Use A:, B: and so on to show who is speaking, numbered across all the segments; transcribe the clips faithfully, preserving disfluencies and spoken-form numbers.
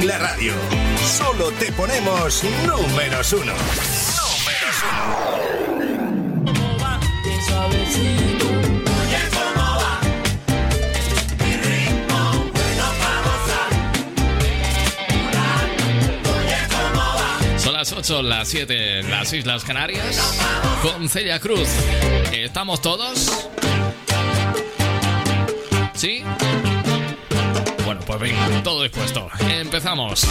A: la radio. Solo te ponemos números uno. Números uno.
B: ¿Cómo va? Bien suavecito. Oye, ¿cómo va? Mi ritmo, bueno para gozar. Oye, ¿cómo va?
C: Son las ocho, las siete en las Islas Canarias. Con Celia Cruz. ¿Estamos todos? ¿Sí? Bueno, pues venga, todo dispuesto. Empezamos.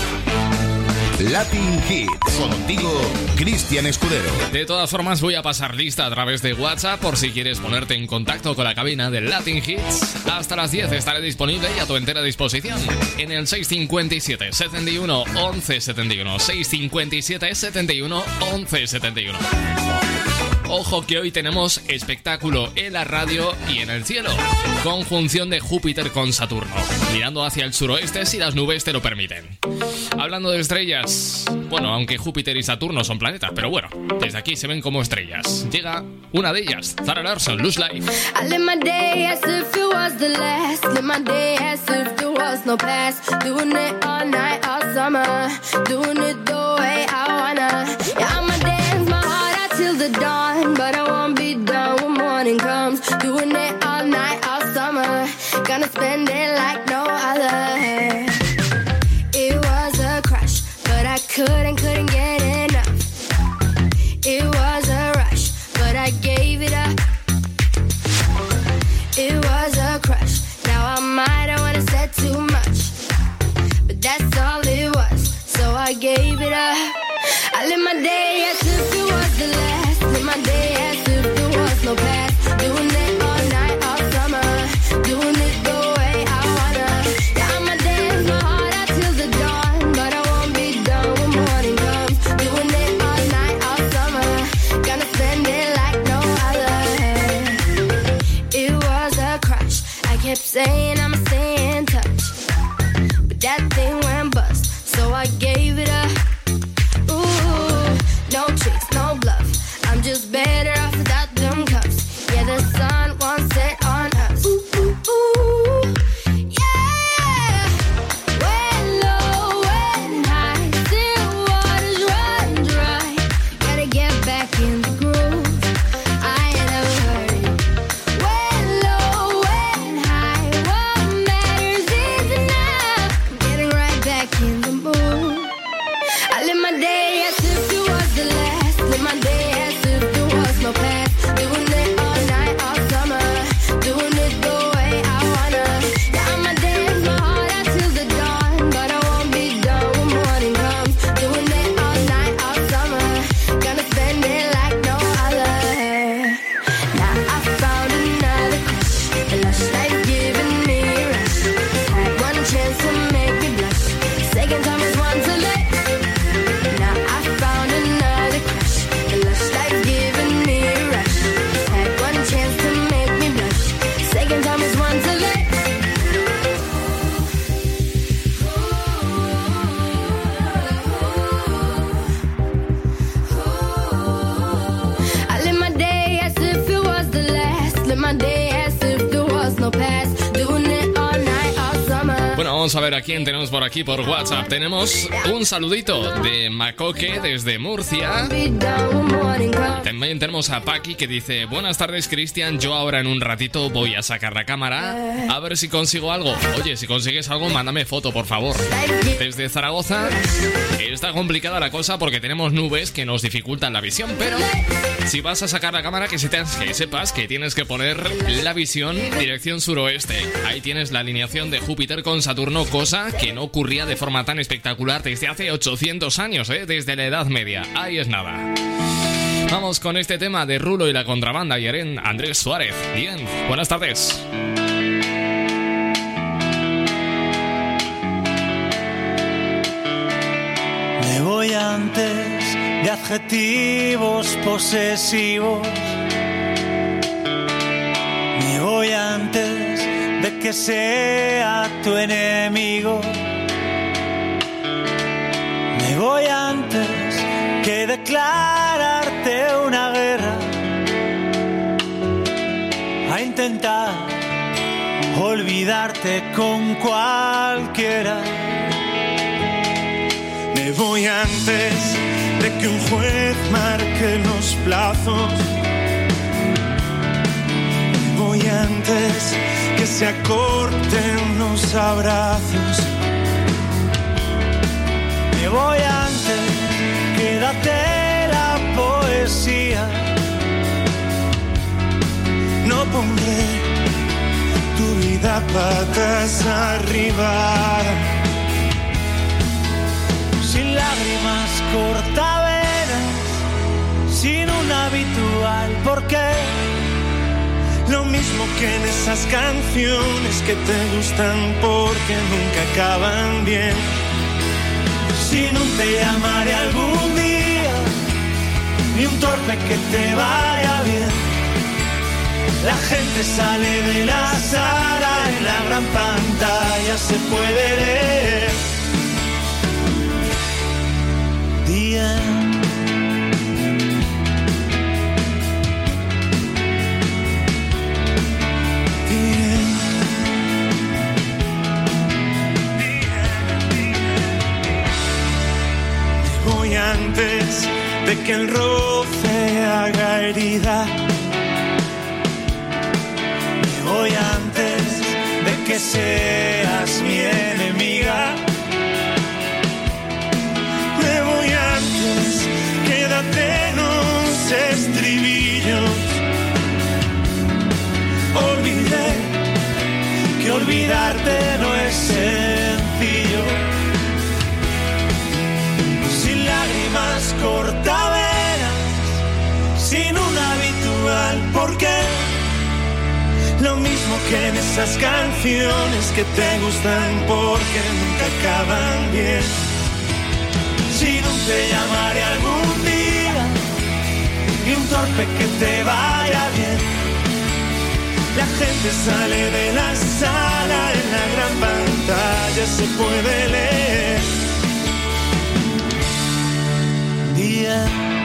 A: Latin Hits. Contigo, Cristian Escudero.
C: De todas formas, voy a pasar lista a través de WhatsApp por si quieres ponerte en contacto con la cabina de Latin Hits. Hasta las diez estaré disponible y a tu entera disposición en el seis cinco siete, setenta y uno, once setenta y uno. seis cinco siete, setenta y uno, once setenta y uno. Ojo que hoy tenemos espectáculo en la radio y en el cielo. Conjunción de Júpiter con Saturno, mirando hacia el suroeste si las nubes te lo permiten. Hablando de estrellas, bueno, aunque Júpiter y Saturno son planetas, pero bueno, desde aquí se ven como estrellas. Llega una de ellas, Zara Larsson, Lose Life.
D: I live my day as if it was the last. Live my day as if there was no past. Doing it all night, all summer. Doing it the way I wanna. Yeah, I'ma dance my heart out till the dawn, but I won't be done when morning comes. Doing it all night, all summer. Gonna spend it like no other. It was a crush, but I couldn't, couldn't get enough. It was a rush, but I gave it up. It was a crush. Now I might have wanna said too much, but that's all it was. So I gave it up. I live my day as if it was the last. Live my day as if there was no past. Doing it all night, all summer. Doing it the way I wanna. Yeah, I'ma dance my heart out till the dawn, but I won't be done when morning comes. Doing it all night, all summer. Gonna spend it like no other. It was a crush. I kept saying I'ma stay in touch, but that thing went bust, so I gave it up. Ooh, no tricks, no bluff. I'm just better off without them cuffs. Yeah, the sun won't set on us. Ooh, ooh, ooh. Yeah. When low, when high, still waters run dry. Gotta get back in the groove. I ain't never heard it. When low, when high, what matters is enough. Getting right back in the mood. I live my day as if it was the last. Live my day as if there was no past. Doing it all night, all summer. Doing it the way I wanna. Yeah, I'ma dance my heart out till the dawn, but I won't be done when morning comes. Doing it all night, all summer. Gonna spend it like no other. Now I found another crush. A lush life giving me a rush. Had one chance to make me blush. Second time is one too late. Now I found another crush. A lush life giving me a rush. Had one chance to make me blush. Second time is one too late. I live my day as if it was the last. Live my day as if there was no past. Doing it all night, all summer.
C: Bueno, vamos a ver a quién tenemos por aquí por WhatsApp. Tenemos un saludito de Macoque desde Murcia.
D: Be done when morning comes.
C: También tenemos a Paqui que dice: buenas tardes, Cristian, yo ahora en un ratito voy a sacar la cámara a ver si consigo algo. Oye, si consigues algo, mándame foto, por favor. Desde Zaragoza está complicada la cosa porque tenemos nubes que nos dificultan la visión, pero si vas a sacar la cámara, que, se te, que sepas que tienes que poner la visión dirección suroeste. Ahí tienes la alineación de Júpiter con Saturno, cosa que no ocurría de forma tan espectacular desde hace ochocientos años, ¿eh? Desde la Edad Media. Ahí es nada. Vamos con este tema de Rulo y la contrabanda y Aren Andrés Suárez. Bien, buenas tardes.
E: Me voy antes de adjetivos posesivos. Me voy antes de que sea tu enemigo. Me voy antes que declararte una guerra, a intentar olvidarte con cualquiera.
F: Me voy antes de que un juez marque los plazos. Me voy antes que se acorten los abrazos. Me voy antes, quédate la poesía. No pondré tu vida patas arriba. Sin lágrimas cortavenas, sin un habitual porqué. Lo mismo que en esas canciones que te gustan porque nunca acaban bien. Sin un te llamaré algún día, ni un torpe que te vaya bien. La gente sale de la sala, en la gran pantalla se puede leer. Día. Voy antes de que el roce haga herida. Me voy antes de que seas mi enemiga. Me voy antes, quédate en los estribillos. Olvidé que olvidarte no es sencillo. Sin lágrimas cortavenas, sin un habitual porqué. Lo mismo que en esas canciones que te gustan porque nunca acaban bien. Si no te llamaré algún día, ni un torpe que te vaya bien. La gente sale de la sala, en la gran pantalla se puede leer. Día.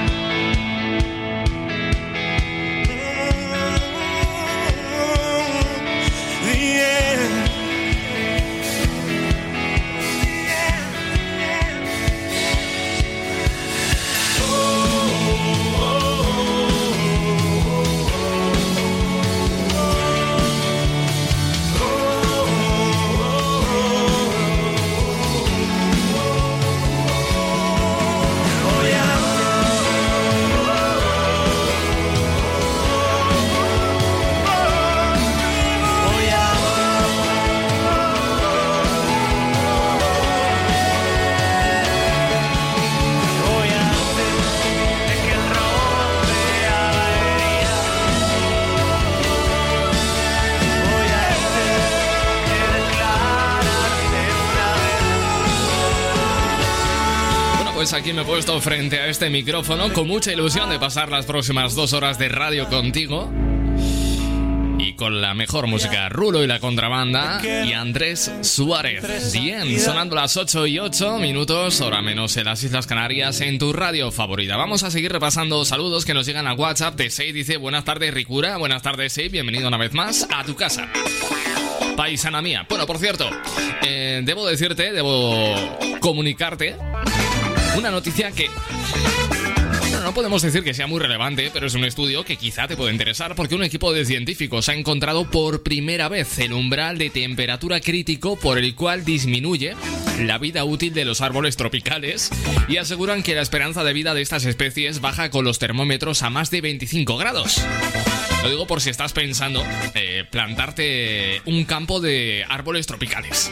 C: Pues aquí me he puesto frente a este micrófono con mucha ilusión de pasar las próximas dos horas de radio contigo y con la mejor música, Rulo y la Contrabanda y Andrés Suárez. Bien, sonando las ocho y ocho minutos, hora menos en las Islas Canarias, en tu radio favorita. Vamos a seguir repasando saludos que nos llegan a WhatsApp. De Sei dice: buenas tardes Ricura, buenas tardes Sei, bienvenido una vez más a tu casa, paisana mía. Bueno, por cierto, eh, debo decirte, debo comunicarte una noticia que bueno, no podemos decir que sea muy relevante, pero es un estudio que quizá te puede interesar porque un equipo de científicos ha encontrado por primera vez el umbral de temperatura crítico por el cual disminuye la vida útil de los árboles tropicales y aseguran que la esperanza de vida de estas especies baja con los termómetros a más de veinticinco grados. Lo digo por si estás pensando eh, plantarte un campo de árboles tropicales.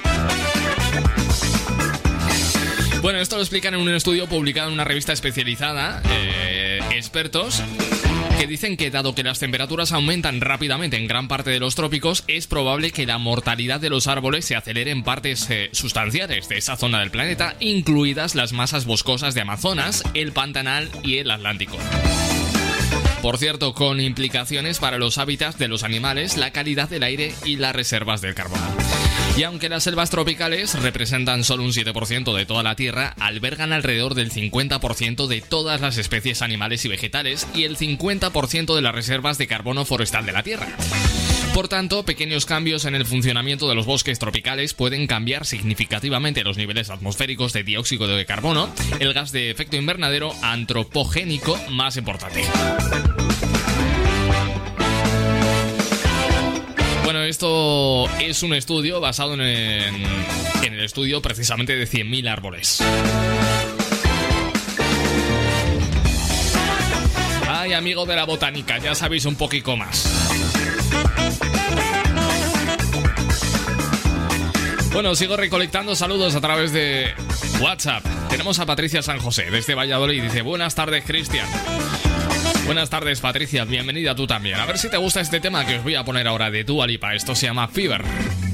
C: Bueno, esto lo explican en un estudio publicado en una revista especializada, eh, expertos que dicen que dado que las temperaturas aumentan rápidamente en gran parte de los trópicos, es probable que la mortalidad de los árboles se acelere en partes eh, sustanciales de esa zona del planeta, incluidas las masas boscosas de Amazonas, el Pantanal y el Atlántico. Por cierto, con implicaciones para los hábitats de los animales, la calidad del aire y las reservas del carbono. Y aunque las selvas tropicales representan solo un siete por ciento de toda la Tierra, albergan alrededor del cincuenta por ciento de todas las especies animales y vegetales y el cincuenta por ciento de las reservas de carbono forestal de la Tierra. Por tanto, pequeños cambios en el funcionamiento de los bosques tropicales pueden cambiar significativamente los niveles atmosféricos de dióxido de carbono, el gas de efecto invernadero antropogénico más importante. Bueno, esto es un estudio basado en, en el estudio precisamente de cien mil árboles. Ay, amigo de la botánica, ya sabéis un poquito más. Bueno, sigo recolectando saludos a través de WhatsApp. Tenemos a Patricia San José desde Valladolid. Dice, buenas tardes, Cristian. Buenas tardes, Patricia, bienvenida tú también. A ver si te gusta este tema que os voy a poner ahora de Dua Lipa. Esto se llama Fever.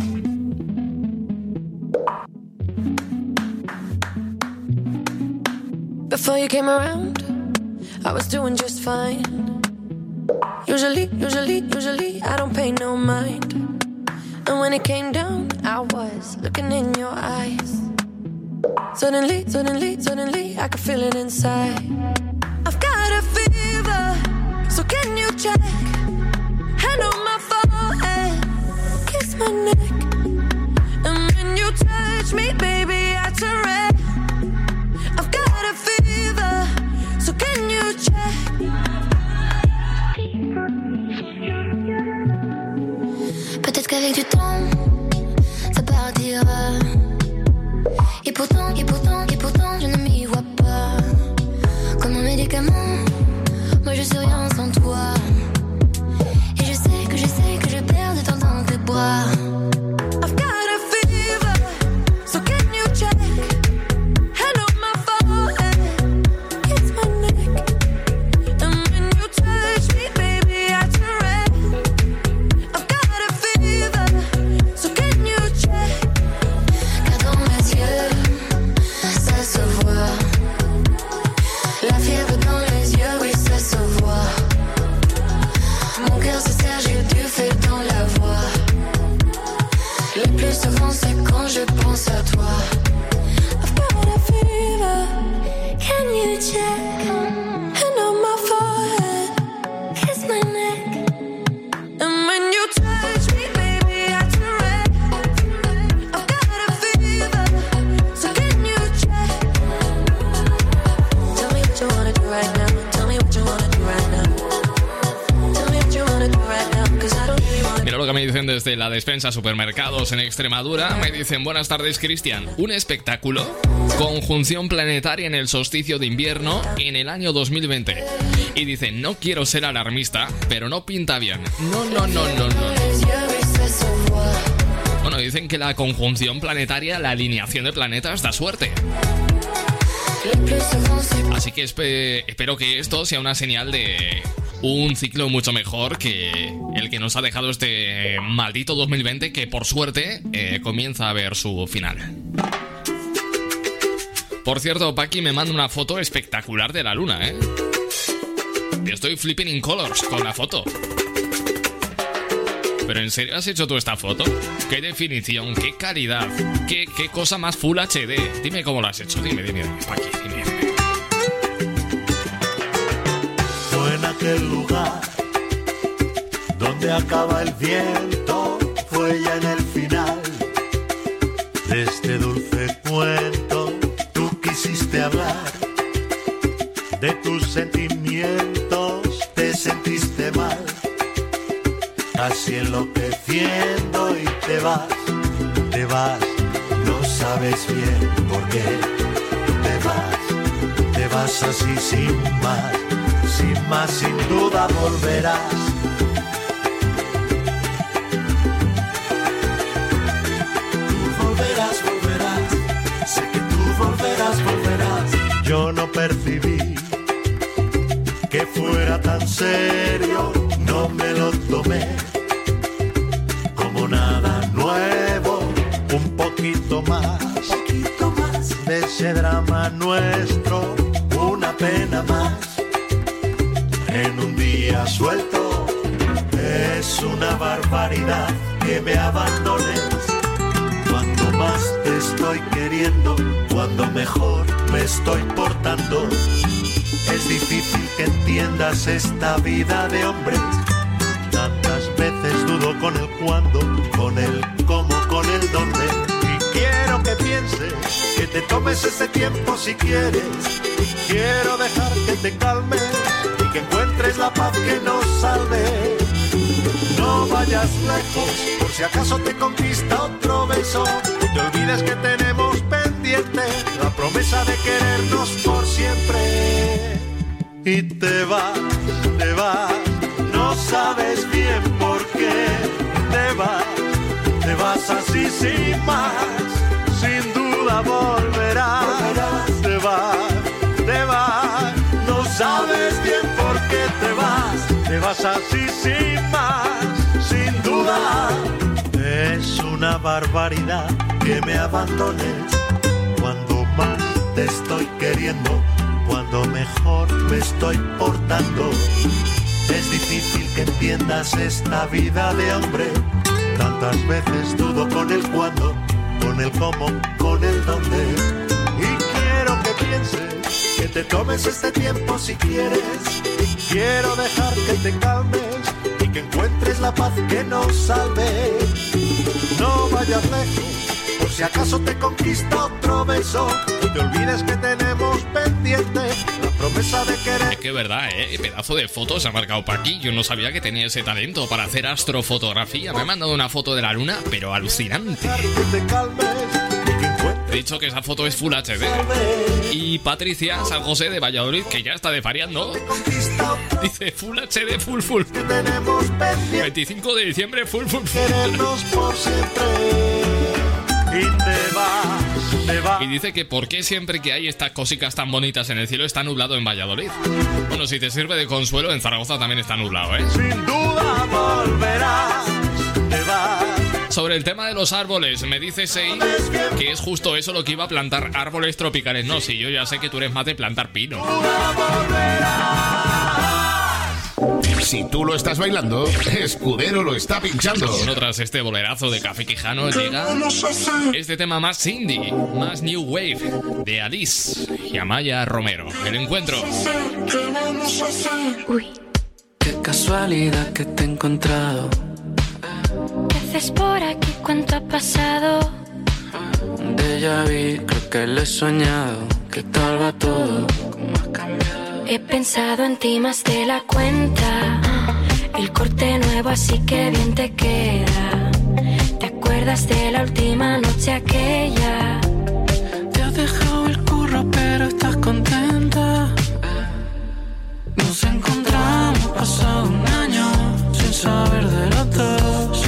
G: Before you came around, I was doing just fine. Usually, usually, usually, I don't pay no mind. And when it came down, I was looking in your eyes. Suddenly, suddenly, suddenly, I could feel it inside. I've got a fever, so can you check? Hand on my forehead, kiss my neck. And when you touch me, baby, I turn red. I've got a fever, so can you check?
D: Peut-être qu'avec du temps, ça partira. Et pourtant, et pourtant, et pourtant, je ne m'y vois pas. Comme un médicament, moi je suis rien sans toi. Et je sais que je sais que je perds de temps dans tes bras.
G: I've got a fever, so can you check? Hand on my forehead, kiss my neck. And when you touch me, baby, I turn red. I've got a fever, so can you check?
D: Car dans mes yeux, ça se voit. La fièvre dans les yeux, oui, ça se voit. Mon cœur se serre, j'ai du feu dans la voix. Le plus souvent, c'est quand je pense à toi.
G: I've got a fever, can you check? Hand on my forehead, kiss my neck. And when you touch me, baby, I turn red. I've got a fever, so can you check? Tell me what you wanna do right now. Tell me what you wanna do right now. Tell me what you wanna do right now, 'cause I don't really wanna.
C: Mira lo que me dicen desde la despensa Supermercados en Extremadura. Me dicen, buenas tardes, Cristian. Un espectáculo, conjunción planetaria en el solsticio de invierno en el año dos mil veinte. Y dicen, no quiero ser alarmista, pero no pinta bien. No, no, no, no, no.
D: Les yeux, oui, ça se voit.
C: Bueno, dicen que la conjunción planetaria, la alineación de planetas, da suerte.
D: Le plus souvent, c'est
C: Así que espe- espero que esto sea una señal de un ciclo mucho mejor que el que nos ha dejado este maldito dos mil veinte, que por suerte eh, comienza a ver su final. Por cierto, Paqui me manda una foto espectacular de la luna, ¿eh? Estoy flipping in colors con la foto. ¿Pero en serio has hecho tú esta foto? ¡Qué definición! ¡Qué calidad! ¡Qué, qué cosa más Full H D! Dime cómo lo has hecho. Dime, dime, dime. Paqui, dime, dime.
E: Fue en aquel lugar donde acaba el viento, fue ya en el final de este dulce cuento. Tú quisiste hablar de tus sentimientos, te sentiste mal, casi enloqueciendo, y te vas, te vas, no sabes bien por qué te vas, te vas así sin más. Sin más, sin duda volverás. Tú volverás, volverás. Sé que tú volverás, volverás. Yo no percibí que fuera tan serio. No me lo tomé como nada nuevo. Un poquito más, un poquito más de ese drama nuestro. Una pena más. En un día suelto, es una barbaridad que me abandones. Cuando más te estoy queriendo, cuando mejor me estoy portando. Es difícil que entiendas esta vida de hombres Tantas veces dudo con el cuándo, con el cómo, con el dónde. Y quiero que pienses, que te tomes ese tiempo si quieres. Quiero dejar que te calmes y que encuentres la paz que nos salve. No vayas lejos, por si acaso te conquista otro beso. No te olvides que tenemos pendiente la promesa de querernos por siempre. Y te vas, te vas, no sabes bien por qué. Te vas, te vas así sin más. Sin duda volverás. Te vas, te vas, no sabes bien por qué te vas. Te vas así sin más. Sin duda es una barbaridad que me abandones cuando más te estoy queriendo, cuando mejor me estoy portando. Es difícil que entiendas esta vida de hombre. Tantas veces dudo con el cuándo, con el cómo, con el dónde. Y quiero que pienses, que te tomes este tiempo si quieres. Quiero dejar que te calmes y que encuentres la paz que nos salve. No vayas lejos, por si acaso te conquista otro beso. No te olvides que tenemos pendiente la promesa de querer.
C: Es que verdad, ¿eh? Pedazo de fotos ha marcado Paqui. Yo no sabía que tenía ese talento para hacer astrofotografía. Me ha mandado una foto de la luna, pero alucinante.
E: Que te calmes.
C: He dicho que esa foto es Full H D. Y Patricia San José de Valladolid, que ya está desvariando, dice Full H D, full, full. veinticinco de diciembre, full, full, full.
E: Y te vas, te vas.
C: Y dice que por qué siempre que hay estas cositas tan bonitas en el cielo está nublado en Valladolid. Bueno, si te sirve de consuelo, en Zaragoza también está nublado, ¿eh?
E: Sin duda volverás, te vas.
C: Sobre el tema de los árboles, me dice Sei que es justo eso lo que iba a plantar, árboles tropicales. No, si yo ya sé que tú eres más de plantar pino.
A: Si tú lo estás bailando, Escudero lo está pinchando.
C: Bueno, tras este bolerazo de Café Quijano llega este tema más indie, más new wave, de Alice y Amaya Romero. El encuentro.
H: Uy. Qué casualidad que te he encontrado.
D: ¿Qué haces por aquí? ¿Cuánto ha pasado?
H: Déjà vu, creo que lo he soñado. ¿Qué tal va todo? ¿Cómo has cambiado?
D: He pensado en ti más de la cuenta. El corte nuevo así que bien te queda. ¿Te acuerdas de la última noche aquella?
H: Te has dejado el curro pero estás contenta. Nos encontramos pasado un año sin saber de los dos.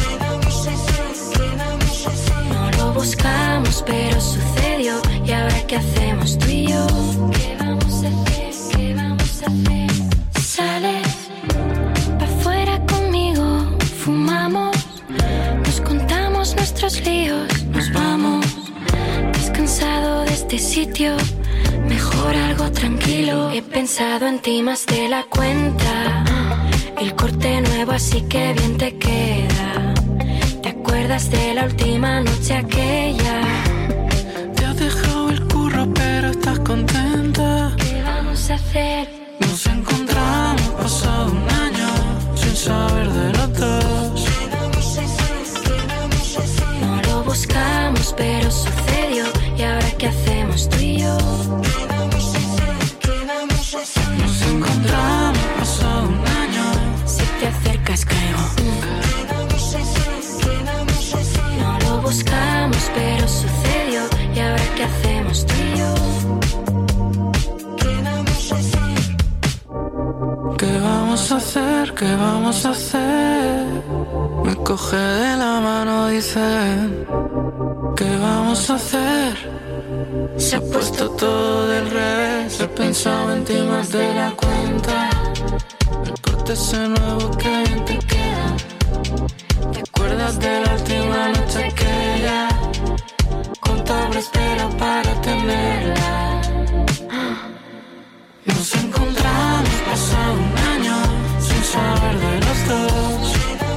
D: No lo buscamos pero sucedió. ¿Y ahora qué hacemos tú y yo? ¿Qué vamos a hacer? ¿Qué vamos a hacer? Sales pa' afuera conmigo, fumamos, nos contamos nuestros líos, nos vamos. Descansado de este sitio, mejor algo tranquilo. He pensado en ti más de la cuenta. El corte nuevo así que bien te queda. ¿Te acuerdas de la última noche aquella?
H: Te has dejado el curro pero estás contenta.
D: ¿Qué vamos a hacer?
H: Nos encontramos pasado un año sin saber de los dos.
D: No lo buscamos pero sucedió. ¿Y ahora qué hacemos tú y yo?
H: Nos encontramos pasado un año.
D: Si te acercas caigo. No lo buscamos pero sucedió. ¿Y ahora qué hacemos tú y yo?
H: ¿Qué vamos a hacer? ¿Qué vamos a hacer? Me coge de la mano, dice. ¿Qué vamos a hacer? Se ha puesto todo del revés. He pensado en ti más de la cuenta. El corte ese nuevo que bien te queda. ¿Te acuerdas de la última noche aquella? Contable espero para tenerla. Nos encontramos pasado un año sin saber de los dos.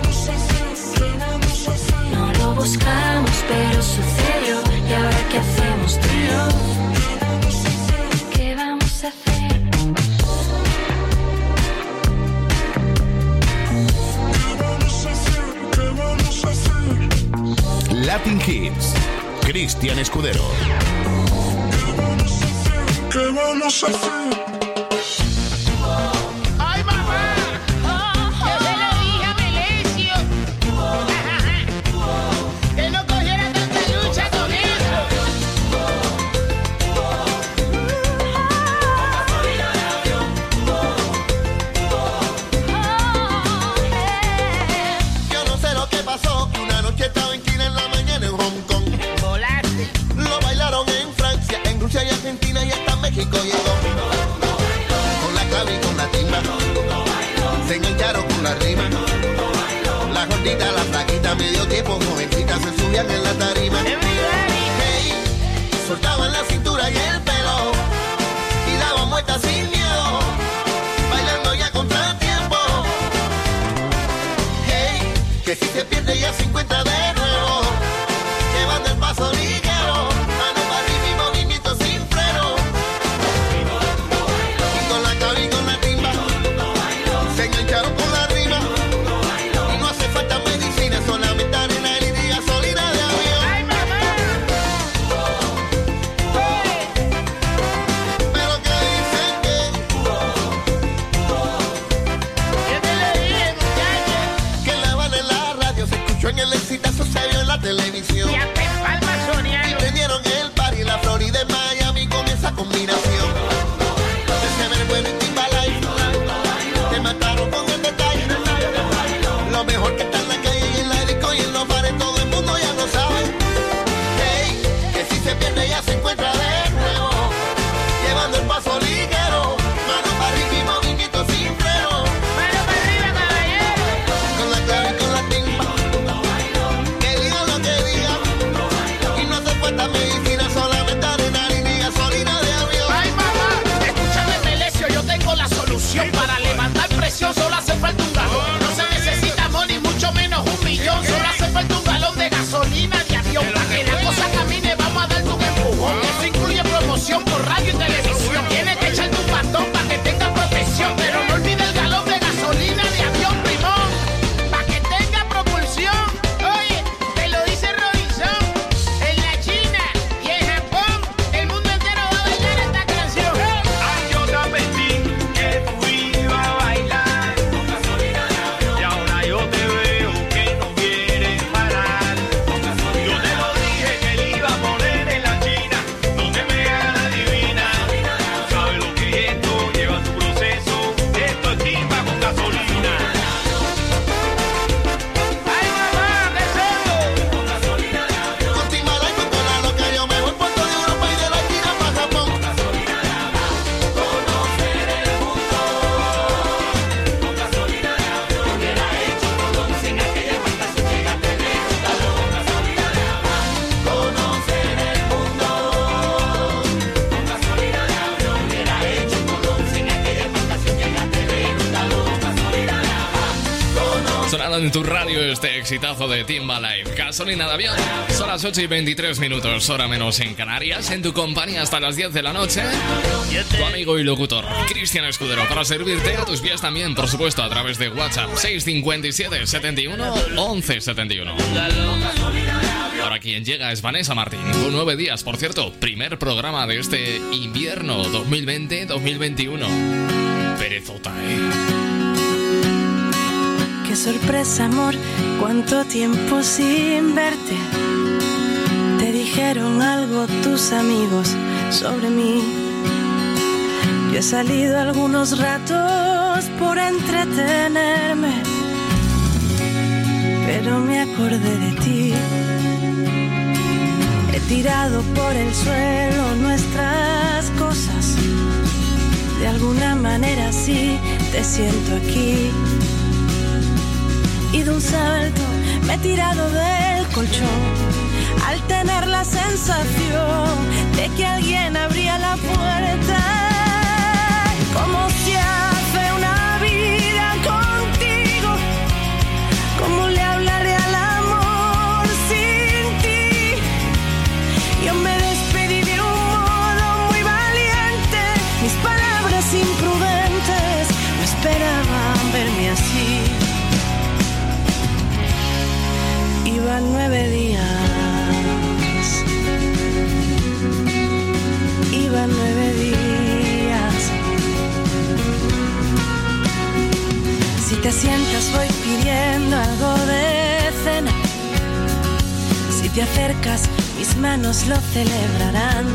D: No lo buscamos pero sucedió. ¿Y ahora qué hacemos tú y yo? ¿Qué vamos a hacer?
A: Cristian Escudero.
E: ¿Qué vamos a hacer?
I: ¡Ay, mamá! Yo se lo dije a Melesio. Que no cogiera tanta lucha con eso.
J: Yo no sé lo que pasó, que una noche estaba en China, en la mañana en Hong Kong.
I: Volaste.
J: Lo bailaron en Francia, en Rusia y Argentina y hasta México llegó. Con la clave y con la timba, se engancharon con la rima. La gordita, la flaquita, medio tiempo, jovencita, se subían en la tarima. Hey, soltaban la cintura y el pelo y daban vueltas sin miedo, bailando ya contratiempo. Hey, que si se pierde ya se encuentra de nuevo, llevando el paso ligero, mano para arriba y movimiento sin freno. Y con la clave y con la timba, se engancharon con la rima. Y no hace falta medicina, solamente arena y gasolina de avión.
I: ¡Ay, mamá!
J: Pero que dicen que
I: Yo te lo dije, muchacho.
J: que la van en la radio, se escuchó en el exitazo, se vio en la televisión.
I: Y hasta en Palma
J: Y
I: soñaron.
J: prendieron el party en la Florida, en Miami con esa combinación. Ese ver bueno y Timbaland, te mataron con el detalle. Lo mejor que está en la calle y en la disco y en los bares, todo el mundo ya lo sabe. Hey, que si se pierde ya se encuentra de nuevo, llevando el paso ligero, mano para arriba y movimiento sin freno.
I: Mano para arriba, caballero.
J: Con la clave y con la timba, que diga lo que diga, y no hace falta medicina, solamente adrenalina y gasolina de avión.
I: Ay, mamá, escúchame, Melesio, yo tengo la solución para levantar presión. Solo hace falta un galón. No se necesita money, mucho menos un millón. Solo hace falta un galón de gasolina de avión. Para que la cosa camine, vamos a darte un empujón. Eso incluye promoción por radio y televisión. Tienes que echarte un bastón para que tenga protección. Pero no olvides el galón de gasolina de avión, primón. Para que tenga propulsión. Oye, te lo dice Robinson. En la China y en Japón, el mundo entero va a bailar esta canción.
F: Ay, yo te advertí que tú ibas a bailar con gasolina de avión. Y ahora yo te veo que no quieres parar. Yo te lo dije que le iba a poner en la China, donde me haga divina. ¿Sabes lo que es esto? Lleva su proceso. Esto es timba con gasolina.
I: Ay, mamá, ¿qué es eso?
J: Con Timbaland y con la loca yo me voy por toda Europa y de la China para Japón.
C: Sonando en tu radio este exitazo de Timbaland, gasolina de avión. Son las ocho y veintitrés minutos, hora menos en Canarias. En tu compañía hasta las diez de la noche. Tu amigo y locutor, Cristian Escudero, para servirte a tus pies también, por supuesto, a través de WhatsApp seis cinco siete, setenta y uno, once setenta y uno. Ahora quien llega es Vanessa Martín, con nueve días, por cierto, primer programa de este invierno dos mil veinte dos mil veintiuno. Perezota, eh.
K: Qué sorpresa, amor, cuánto tiempo sin verte. Te dijeron algo tus amigos sobre mí. Yo he salido algunos ratos por entretenerme, pero me acordé de ti. He tirado por el suelo nuestras cosas. De alguna manera sí te siento aquí. Y de un salto me he tirado del colchón al tener la sensación de que alguien abría la puerta. ¿Cómo se hace una vida contigo? ¿Cómo le hablaré al amor sin ti? Yo me despedí de un modo muy valiente. Mis palabras imprudentes no esperaban verme así. Iban nueve días te acercas, mis manos lo celebrarán.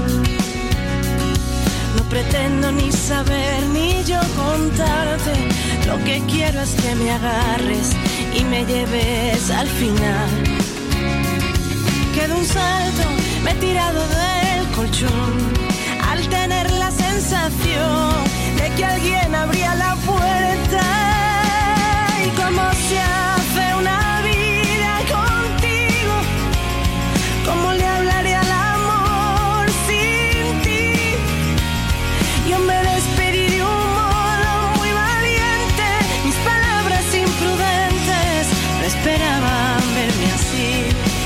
K: No pretendo ni saber ni yo contarte. Lo que quiero es que me agarres y me lleves al final. Que de un salto me he tirado del colchón al tener la sensación de que alguien abría la puerta. Y cómo se hace una vida contigo, cómo le hablaré al amor sin ti. Yo me despedí de un modo muy valiente, mis palabras imprudentes no esperaban verme así.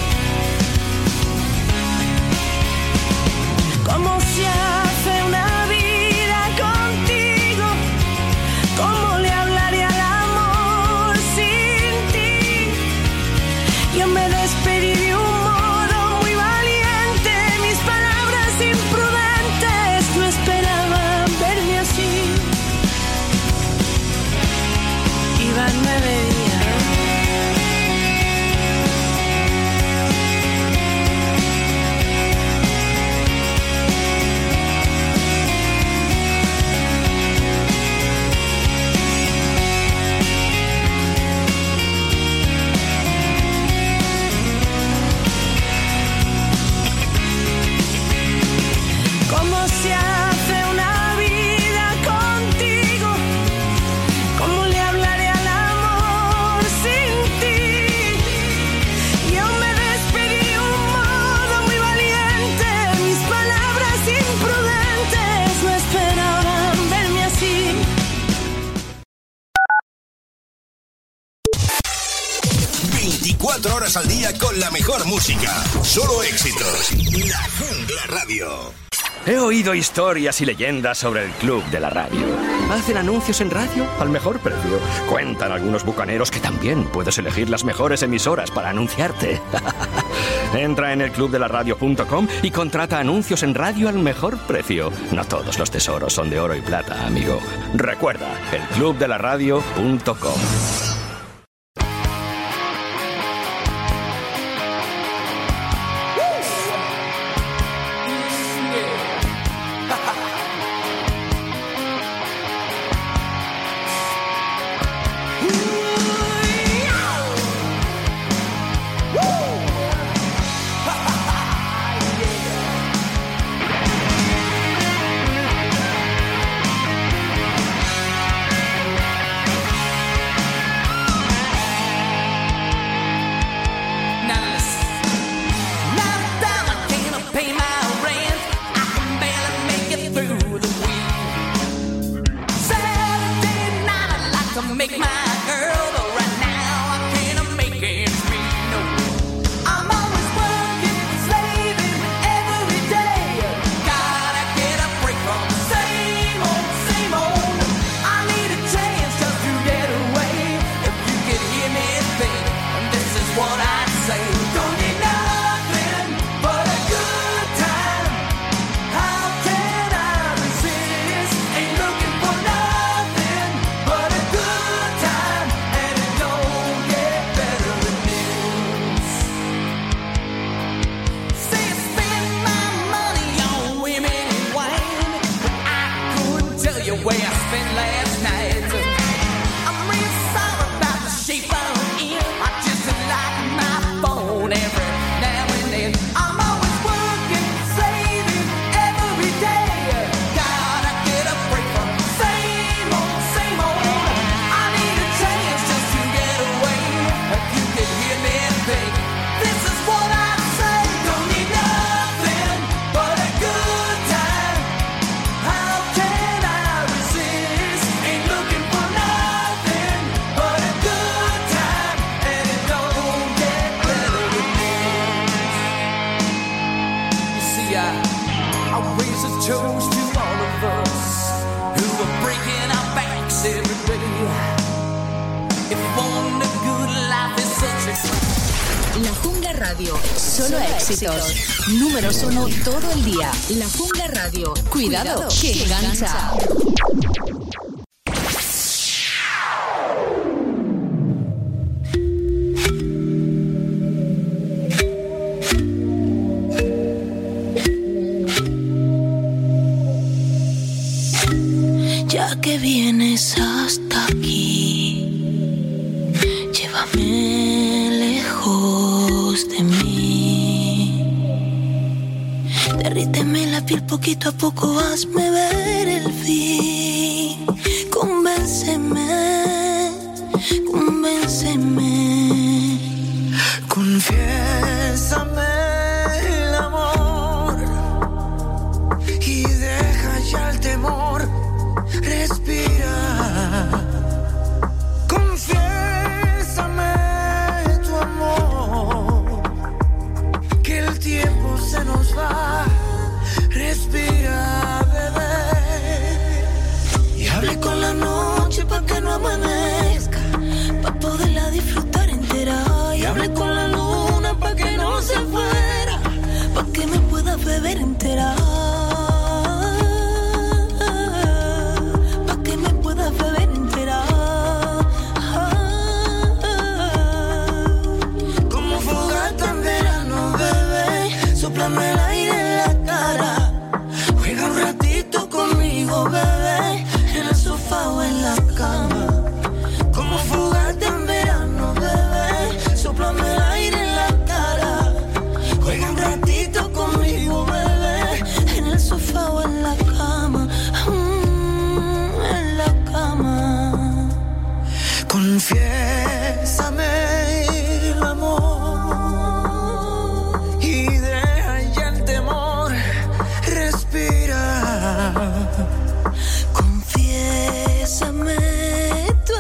K: ¿Cómo se hace una vida contigo? ¿Cómo le hablaré al amor sin ti? Yo me despedí de un modo muy valiente, mis palabras imprudentes no esperaban verme así. Iban nueve días. ¿Cómo se hace una vida contigo? ¿Cómo le hablaré al amor sin ti? Yo me despedí de un modo muy valiente, mis palabras imprudentes no esperaban verme así.
L: veinticuatro horas al día con la mejor música. Solo éxitos. La Jungla Radio.
M: He oído historias y leyendas sobre el Club de la Radio. ¿Hacen anuncios en radio? Al mejor precio. Cuentan algunos bucaneros que también puedes elegir las mejores emisoras para anunciarte. Entra en el club de la radio punto com y contrata anuncios en radio al mejor precio. No todos los tesoros son de oro y plata, amigo. Recuerda, el club de la radio punto com.
N: La Jungla Radio. Solo éxitos. Números uno todo el día. La Jungla Radio. Cuidado, que engancha.
K: Ya que vienes hasta aquí, llévame lejos de mí. Derríteme la piel poquito a poco, hazme ver el fin. Convénceme, convénceme.
F: Confiésame el amor y deja ya el temor. Respira. Confiésame tu amor, que el tiempo se nos va. Respira, bebé. Y hable con la noche pa' que no amanezca, pa' poderla disfrutar entera. Y hable con la luna pa' que no se fuera, pa' que me pueda beber entera. Pa' que me pueda beber entera. Como fogata en verano, bebé, sóplame el aire en la cara. Juega un ratito conmigo, bebé, en el sofá o en la cama. Como fogata en verano, bebé, sóplame el aire en la cara. Juega un ratito conmigo, bebé, en el sofá o en la cama. Mm, en la cama. Confiésame el amor y deja ya el temor. Respira. Confiésame tu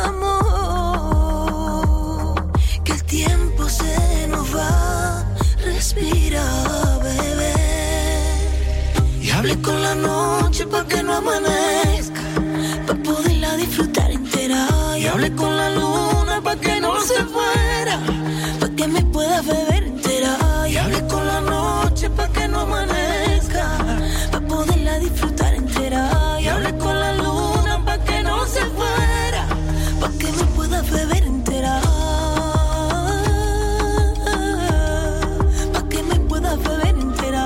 F: amor, que el tiempo se nos va. Respira, bebé. Y hable con la noche pa' que no amanezca, pa' poderla disfrutar entera. Y hable con la luna pa' que no se fuera, pa' que me pueda beber entera. Y hable con la noche pa' que no amanezca, pa' poderla disfrutar entera. Y hable con la luna pa' que no se fuera, pa' que me pueda beber entera. Pa' que me pueda beber entera.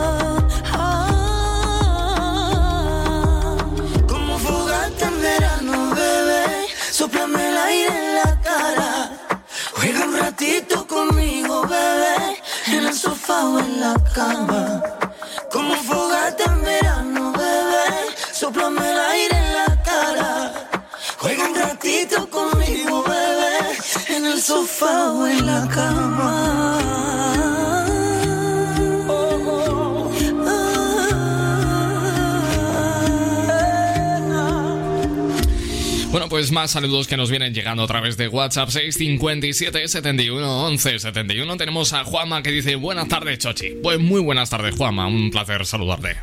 F: Como fogata en verano, bebé, sóplame el aire en la cara. Juega un ratito conmigo, bebé, en el sofá o en la cama. Como fogata en verano, bebé, sóplame el aire en la cara. Juega un ratito conmigo, bebé, en el sofá o en la cama.
C: Bueno, pues más saludos que nos vienen llegando a través de WhatsApp. Seis cincuenta y siete, setenta y uno, once, setenta y uno. Tenemos a Juanma que dice: buenas tardes, Chochi. Pues muy buenas tardes, Juanma, un placer saludarte.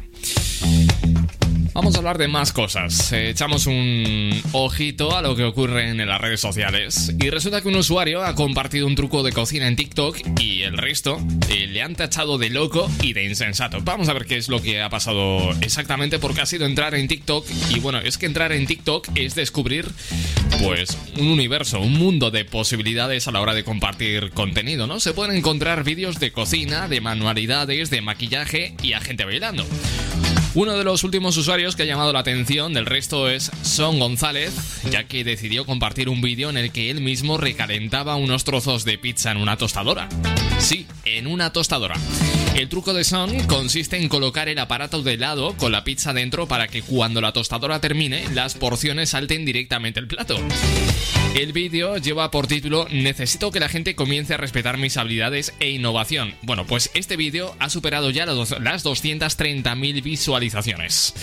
C: Vamos a hablar de más cosas. Eh, echamos un ojito a lo que ocurre en las redes sociales. Y resulta que un usuario ha compartido un truco de cocina en TikTok y el resto eh, le han tachado de loco y de insensato. Vamos a ver qué es lo que ha pasado exactamente, porque ha sido entrar en TikTok. Y bueno, es que entrar en TikTok es descubrir pues un universo, un mundo de posibilidades a la hora de compartir contenido, ¿no? Se pueden encontrar vídeos de cocina, de manualidades, de maquillaje y a gente bailando. Uno de los últimos usuarios que ha llamado la atención del resto es Son González, ya que decidió compartir un vídeo en el que él mismo recalentaba unos trozos de pizza en una tostadora. Sí, en una tostadora. El truco de Son consiste en colocar el aparato de lado con la pizza dentro para que cuando la tostadora termine, las porciones salten directamente al plato. El vídeo lleva por título "Necesito que la gente comience a respetar mis habilidades e innovación". Bueno, pues este vídeo ha superado ya las doscientas treinta mil visualizaciones.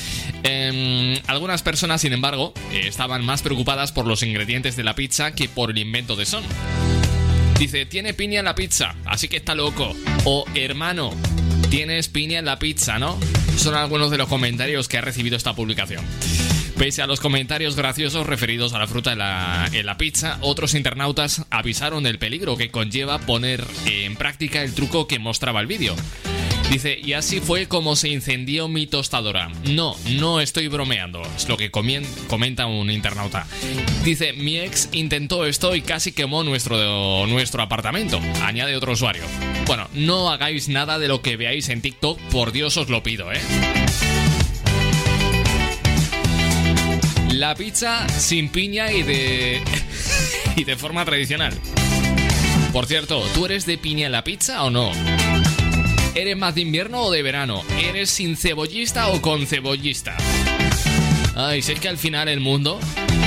C: Eh, algunas personas, sin embargo, estaban más preocupadas por los ingredientes de la pizza que por el invento de Son. Dice: tiene piña en la pizza, así que está loco. O hermano, tienes piña en la pizza, ¿no? Son algunos de los comentarios que ha recibido esta publicación. Pese a los comentarios graciosos referidos a la fruta en la, en la pizza, otros internautas avisaron del peligro que conlleva poner en práctica el truco que mostraba el vídeo. Dice: y así fue como se incendió mi tostadora. No, no estoy bromeando, es lo que comien- comenta un internauta. Dice: mi ex intentó esto y casi quemó nuestro, nuestro apartamento. Añade otro usuario. Bueno, no hagáis nada de lo que veáis en TikTok, por Dios os lo pido, ¿eh? la pizza sin piña y de y de forma tradicional. Por cierto, ¿tú eres de piña en la pizza o no? ¿Eres más de invierno o de verano? ¿Eres sin cebollista o con cebollista? Ay, si es que al final el mundo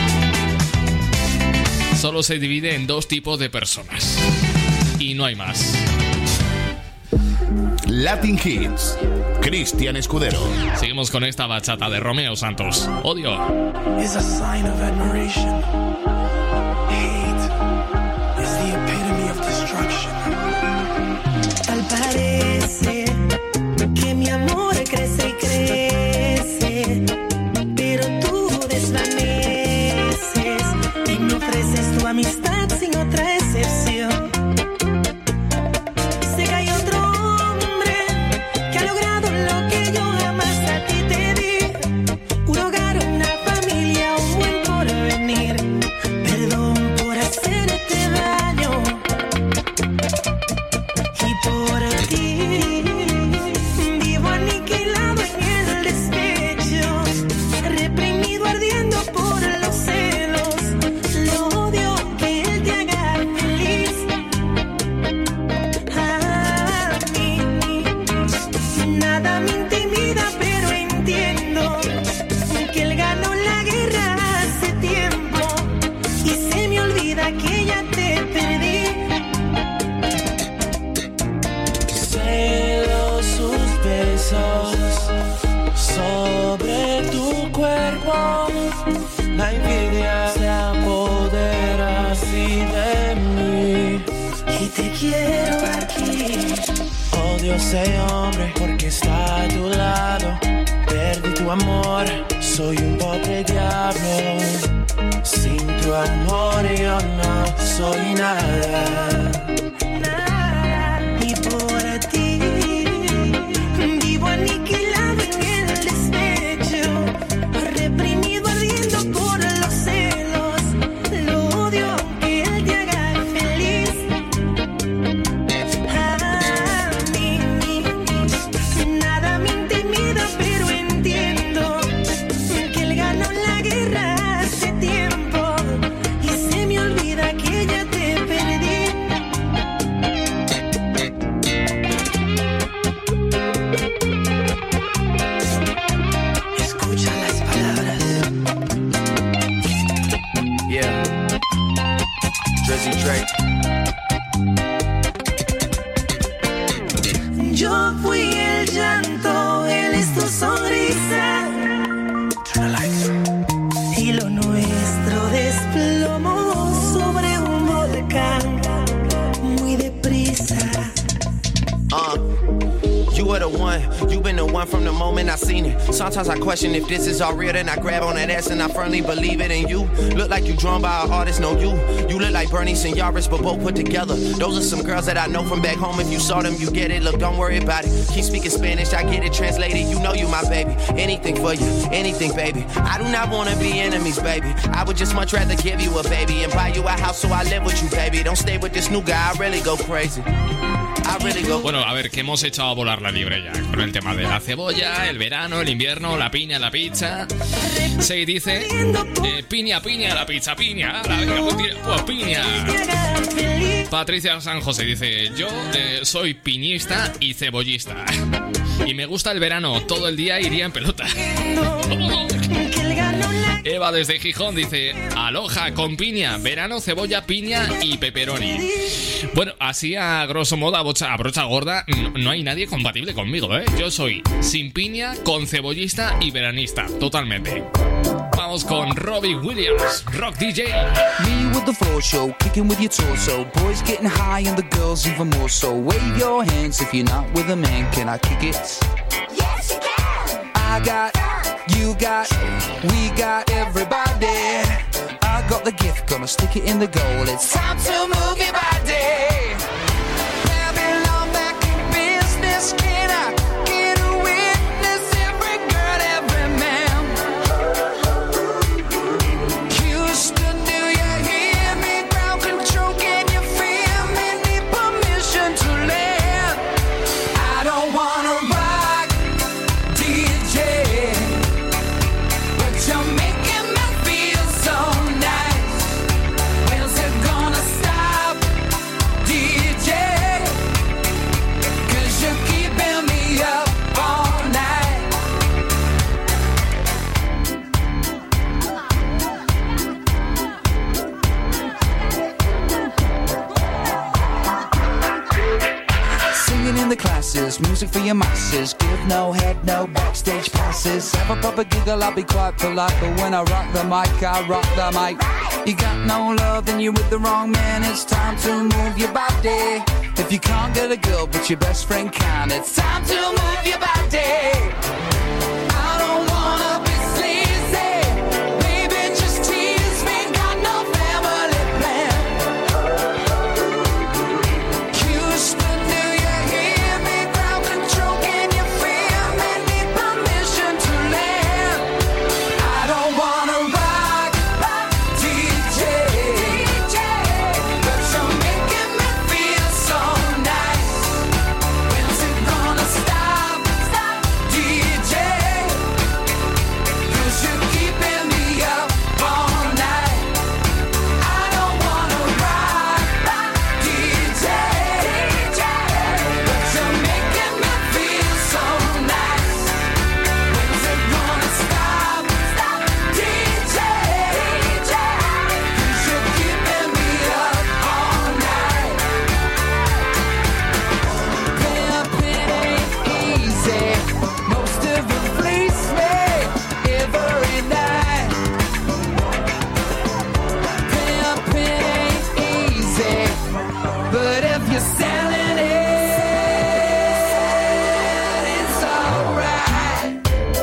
C: solo se divide en dos tipos de personas. Y no hay más.
A: Latin Hits, Cristian Escudero.
C: Seguimos con esta bachata de Romeo Santos. Odio.
F: Is a sign of admiration. Hate is the epitome of destruction.
K: Tal parece que mi amor crece y crece, pero tú desvaneces y me ofreces tu amistad sin otra excepción. Sé que hay otro hombre que ha logrado lo que yo jamás a ti te di, un hogar, una familia, un buen porvenir. Perdón por hacerte daño y por ti vivo aniquilado en el despecho, reprimido ardiendo por los celos. Lo odio que él te haga feliz. A mí nada me intimida, pero entiendo que él ganó la guerra hace tiempo y se me olvida que ya te perdí.
F: Celo sus besos sobre tu cuerpo. La envidia se apodera así de mí.
K: Y te quiero aquí.
F: Odio a ese hombre porque está a tu lado. Perdí tu amor, soy un pobre diablo. Sin tu amor yo no soy nada.
K: Y por ti vivo aniquilado en el despecho, reprimido ardiendo por los celos. Lo odio que él te haga feliz. A mí nada me intimida, pero entiendo que él ganó la guerra hace tiempo y se me olvida que ya te perdí. Escucha las palabras.
F: Yeah. Drizzy Drake.
K: Yo fui el llanto, él es tu sonrisa.
F: Turn the lights.
K: Y lo nuestro desplomó sobre un volcán muy deprisa.
O: Uh, you were the one, you been the one from the moment I seen it. Sometimes I question if this is all real, then I grab on that ass and I firmly believe it in you. Look like you drawn by an artist, no you. You look like Bernie and Yaris, but both put together. Those are some girls that I know from back home. If you saw them, you get it. Look, don't worry about it. Keep speaking Spanish, I get it translated. You know you my baby. Anything for you, anything, baby. I do not wanna be enemies, baby. I would just much rather give you a baby and buy you a house so I live with you, baby. Don't stay with this new guy, I really go crazy. I really go.
C: Bueno, a ver, que hemos echado a volar la libre ya con el tema de la cebolla, el verano, el invierno, la piña, la pizza. Se dice eh, piña, piña, la pizza, piña. La venga, pues, tira, pues piña. Patricia San José dice: yo eh, soy piñista y cebollista. Y me gusta el verano, todo el día iría en pelota. Eva desde Gijón dice: aloja con piña, verano, cebolla, piña y pepperoni. Bueno, así a grosso modo, a brocha, a brocha gorda, no, no hay nadie compatible conmigo, ¿eh? Yo soy sin piña, con cebollista y veranista, totalmente. Vamos con Robbie Williams, Rock D J.
P: Me with the floor show, kicking with your torso. Boys getting high and the girls even more so. Wave your hands if you're not with a man. Can I kick it?
B: Yes, you can.
P: I got, you got, we got everybody. I got the gift, gonna stick it in the goal. It's time to move your body. Babylon back in business. Can I get a witness? Every girl, every man. Houston, do you hear me? Ground control, can you feel me? Need permission to land. I don't wanna rock D J, but you're making me feel music for your masses. Give no head, no backstage passes. Have a proper giggle, I'll be quite polite, but when I rock the mic, I rock the mic. You got no love, then you're with the wrong man. It's time to move your body. If you can't get a girl, but your best friend can, it's time to move your body. I don't wanna be sleazy, baby, just tease me. Got no family plan. Houston, do you hear me? Crowd control, can you feel me? Need permission to land. I don't wanna rock, rock, D J, D J, but you're making me feel so nice. When's it gonna stop, stop, D J? 'Cause you're keeping me up all night. I don't wanna rock, rock, D J, D J, but you're making me feel so nice. When's it gonna stop, stop, D J, D J? 'Cause you're keeping me up all night. Pimpin' ain't easy. Most of it fleece me every night. Pimpin' ain't easy, but if you're selling it, it's alright.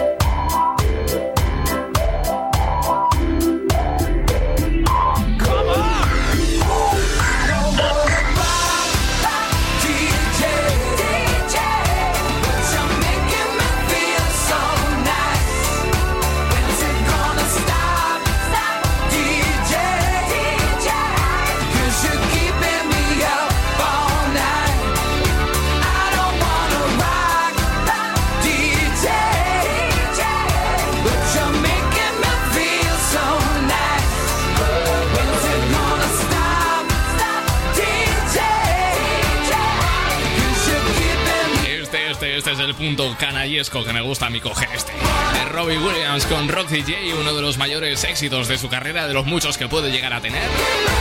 P: Come on! I don't wanna rock, rock, D J, D J, but you're making me feel so nice. When's it gonna stop, stop, D J, D J? 'Cause you're keeping me up all night. I don't wanna rock, rock, D J, D J, but you're making me feel so nice. When's it gonna stop, stop, D J, D J? 'Cause you're keeping me.
C: Este, este, este es el punto canallesco que me gusta a mí coger este. De Robbie Williams con Rock D J, uno de los mayores éxitos de su carrera, de los muchos que puede llegar a tener.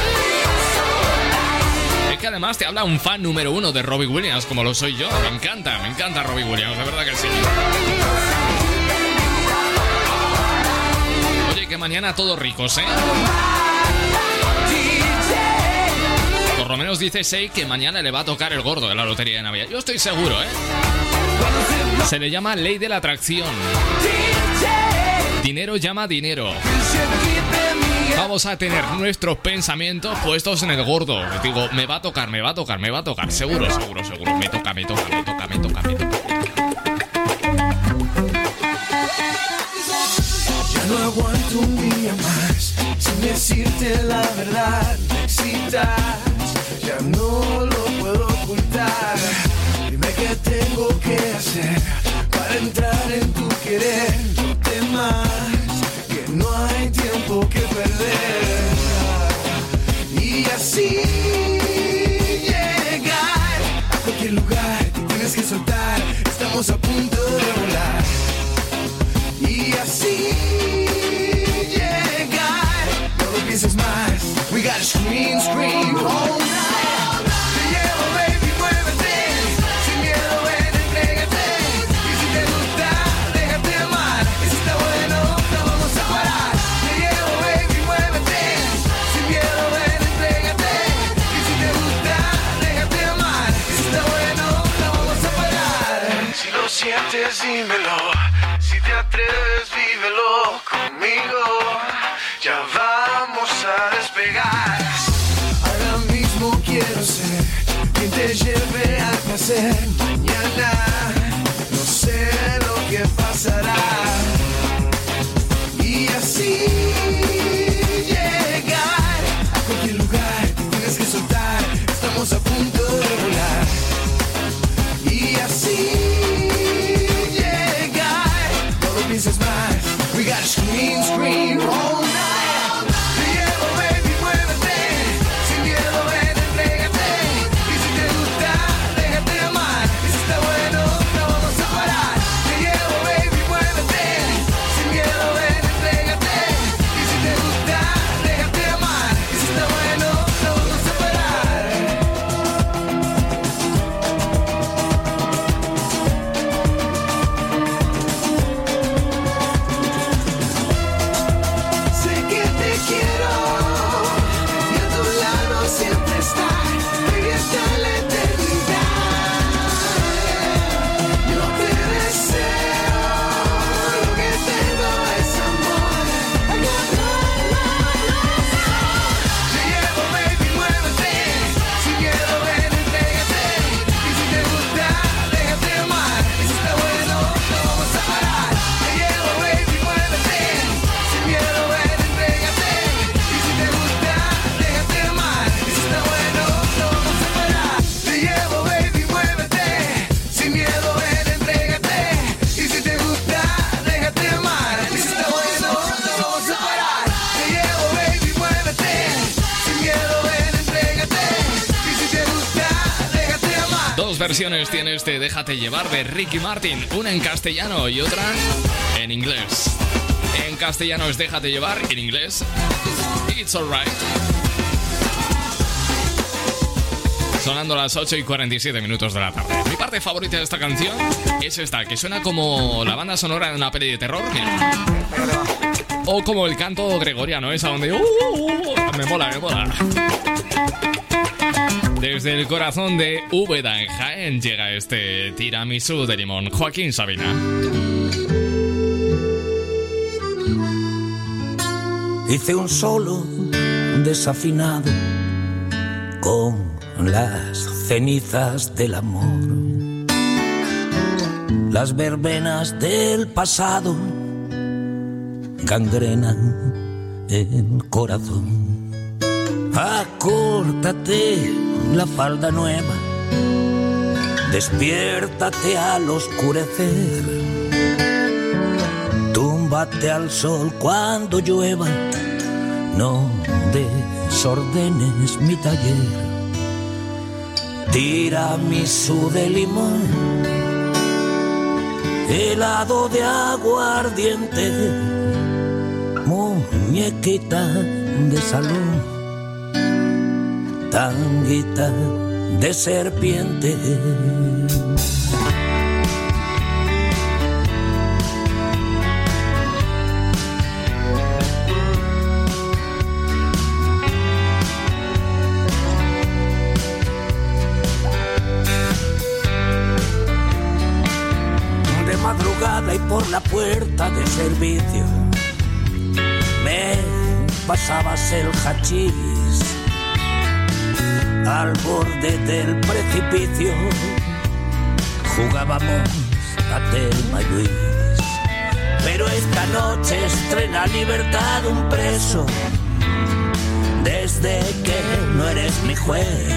C: Es que además te habla un fan número uno de Robbie Williams, como lo soy yo. Me encanta, me encanta Robbie Williams, de verdad que sí. Oye, que mañana todos ricos, ¿eh? Por lo menos dice Sei que mañana le va a tocar el gordo de la lotería de Navidad. Yo estoy seguro, ¿eh? Se le llama ley de la atracción. Dinero llama dinero. Vamos a tener nuestros pensamientos puestos en el gordo. Digo, me va a tocar, me va a tocar, me va a tocar. Seguro, seguro, seguro. Me toca, me toca, me toca, me toca, me toca.
F: Ya no aguanto un día más sin decirte la verdad. Me excitas, ya no lo puedo ocultar. Dime qué tengo que hacer para entrar en tu querer. No temas, que no hay tiempo que perder. Y así llegar a cualquier lugar que tienes que soltar. Estamos a punto de volar. Y así llegar, no lo pienses más. We gotta scream, scream all night. Te llevo, baby, muévete. Sin miedo, ven, entrégate. Y si te gusta, déjate amar. Y si está bueno, no vamos a parar. Te llevo, baby, muévete. Sin miedo, ven, entrégate. Y si te gusta, déjate amar. Y si está bueno, no vamos a parar. Si lo sientes, dímelo. Si te atreves, vívelo conmigo. Ya vamos a despegar. Ahora mismo quiero ser quien te lleve al placer. Mañana no sé lo que pasará. Y así llegar a cualquier lugar que tienes que soltar. Estamos a punto de volar. Y así pienses más. We gotta scream, scream all night. Te llevo, baby, muévete. Sin miedo, ven, entrégate. Y si te gusta, déjate amar. Y si está bueno, no vamos a parar. Te llevo, baby, muévete. Sin miedo, ven, entrégate. Y si te gusta, déjate amar. Y si está bueno, no vamos a parar.
C: versiones tiene este Déjate llevar de Ricky Martin, una en castellano y otra en inglés. En castellano es Déjate llevar, en inglés It's Alright. Sonando a las ocho y cuarenta y siete minutos de la tarde. Mi parte favorita de esta canción es esta, que suena como la banda sonora de una peli de terror. Mira. O como el canto gregoriano, esa donde... Uh, uh, uh, me mola, me mola. Desde el corazón de Úbeda en Jaén llega este tiramisú de limón. Joaquín Sabina.
Q: Hice un solo desafinado con las cenizas del amor. Las verbenas del pasado gangrenan el corazón. Acórtate la falda nueva, despiértate al oscurecer, túmbate al sol cuando llueva, no desordenes mi taller. Tiramisú de limón, helado de aguardiente, muñequita de salón, tanguita de serpiente. De madrugada y por la puerta de servicio me pasabas el hachís. Al borde del precipicio jugábamos a Telma y Luis. Pero esta noche estrena libertad un preso, desde que no eres mi juez.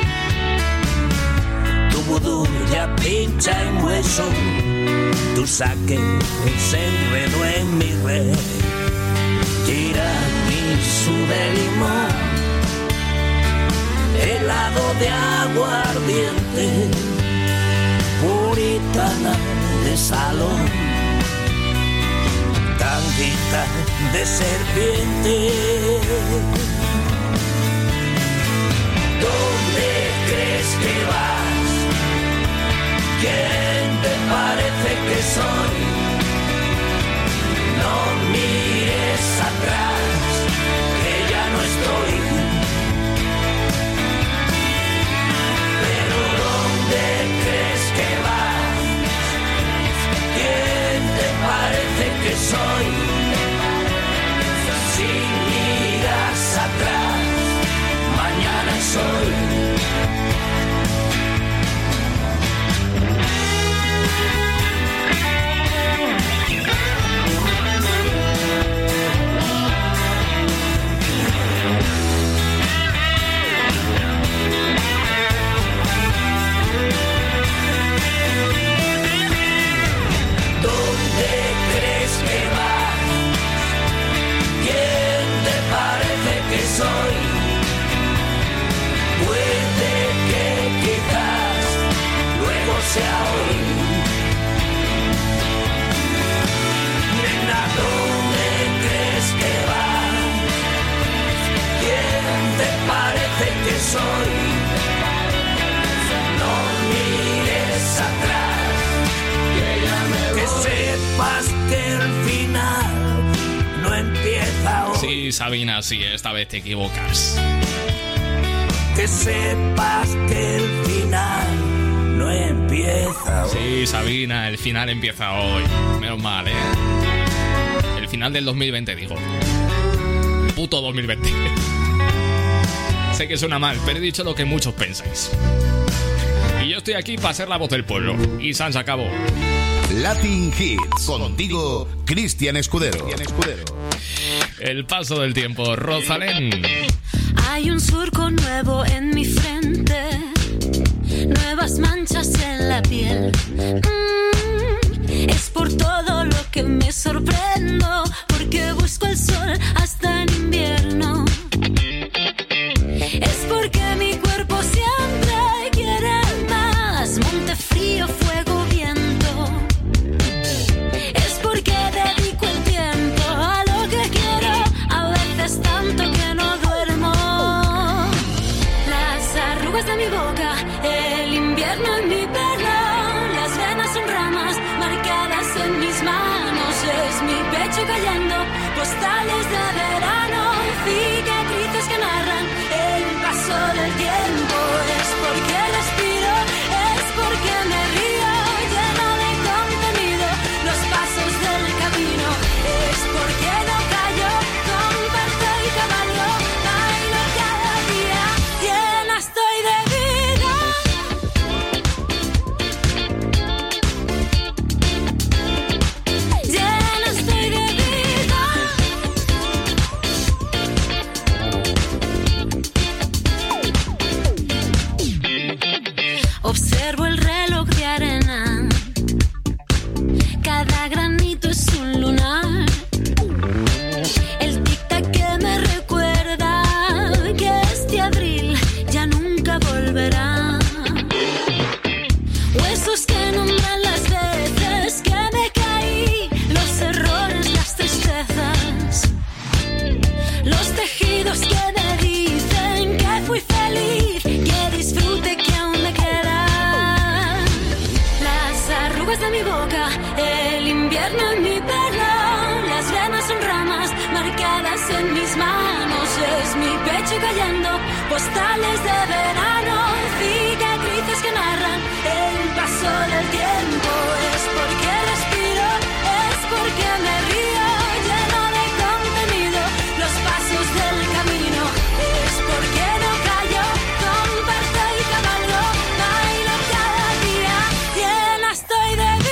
Q: Tu vudú ya pincha en hueso, tu saque se enredó en mi red. Tiramisú de limón, helado de aguardiente, puritana de salón, tanguita de serpiente. ¿Dónde crees que vas? ¿Quién te parece que soy? No mires atrás, que ya no estoy. Que soy, si miras atrás, mañana soy. Soy, puede que quizás luego sea hoy. Nena, ¿dónde crees que vas? ¿Quién te parece que soy? No mires atrás, que ya me voy. Que sepas que el final no empieza hoy.
C: Sí, Sabina, sí, esta vez te equivocas.
Q: Que sepas que el final no empieza hoy.
C: Sí, Sabina, el final empieza hoy. Menos mal, ¿eh? El final del dos mil veinte, digo. Puto dos mil veinte. Sé que suena mal, pero he dicho lo que muchos pensáis. Y yo estoy aquí para ser la voz del pueblo. Y Sans acabó.
A: Latin Hits. Contigo, Cristian Escudero. Cristian Escudero.
C: El paso del tiempo, Rosalén.
K: Hay un surco nuevo en mi frente, nuevas manchas en la piel. Mm, es por todo lo que me sorprendo, porque busco el sol hasta en invierno. Es porque mi cuerpo siempre quiere más, pecho cayendo, postales de verano, cicatrices que narran el paso del tiempo. Es porque respiro, es porque me río, lleno de contenido, los pasos del camino. Es porque no callo, comparto y cabalgo, bailo cada día, llena estoy de vida. Llena estoy de vida. Observo el reloj de arena, cada granito es un lunar. El tic-tac que me recuerda que este abril ya nunca volverá. Huesos que nombran las veces que me caí, los errores, las tristezas, los tejidos que me dicen que fui feliz, que disfrute, que aún me queda. Las arrugas de mi boca, el invierno en mi pelo, las venas son ramas marcadas en mis manos. Es mi pecho cayendo, postales de verano, cicatrices que narran el paso del tiempo. Es porque respiro, es porque me río, lleno de contenido, los pasos del camino. Es porque no callo, comparto y cabalgo, bailo cada día, llena estoy de vida.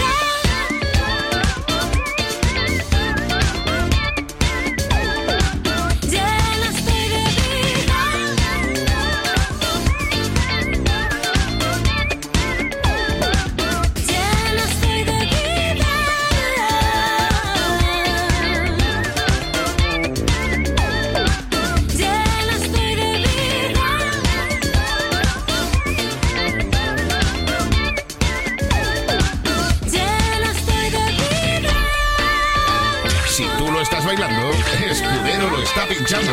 K: Llena estoy de vida. Llena estoy de vida. Llena estoy de vida. Llena estoy de vida.
A: Si tú lo estás bailando, Escudero lo está pinchando.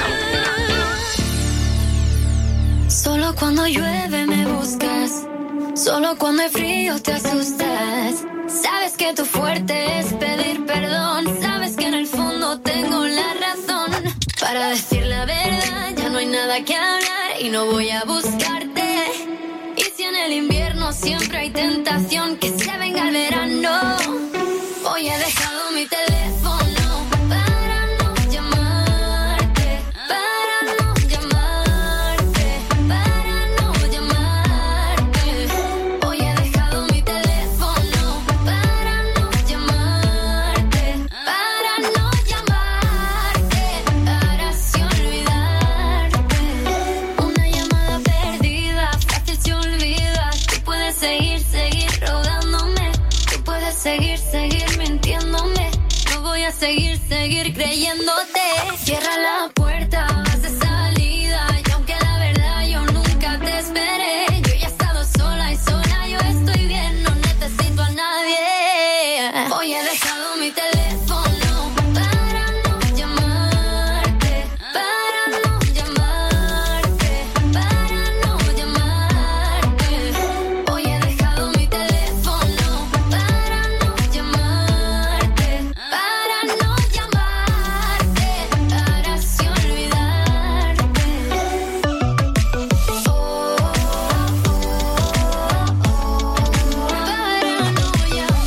D: Solo cuando llueve me buscas, solo cuando hay frío te asustas. Sabes que tu fuerte es pedir perdón, sabes que en el fondo tengo la razón. Para decir la verdad ya no hay nada que hablar y no voy a buscarte. Y si en el invierno siempre hay tentación, que se venga el verano. Hoy he dejado mi teléfono para no llamarte, para no llamarte, para no llamarte. Hoy he dejado mi teléfono para no llamarte, para no llamarte, para así olvidarte. Una llamada perdida, fácil se olvida. Tú puedes seguir, seguir rogándome, tú puedes seguir, seguir mintiéndome. No voy a seguir, seguir creyéndote. Cierra la puerta, vas de salida. Y aunque la verdad yo nunca te esperé, yo ya he estado sola y sola yo estoy bien, no necesito a nadie. Hoy he dejado mi teléfono para no llamarte, para no llamarte, para no llamarte. Hoy he dejado mi teléfono para no llamarte, para no llamarte, para así olvidarte. Oh, oh, oh, para no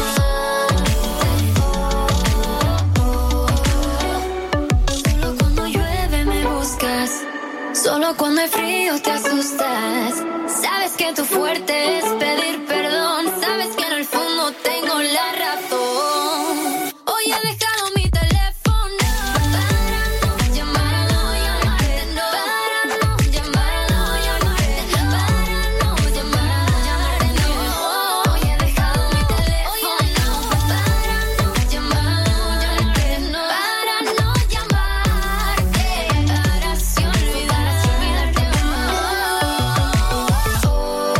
D: llamarte. Solo cuando llueve me buscas, solo cuando hay frío te asustas. Sabes que tu fuerte es pedir perdón, sabes que en el fondo tengo la razón. Hoy he dejado mi teléfono para no llamar, no llamarte, no, para no llamar, no llamarte, para no llamar, no. Hoy he dejado mi teléfono para no llamar, no llamarte, no, para no llamarte, para así olvidarte, olvidarte. Oh, oh,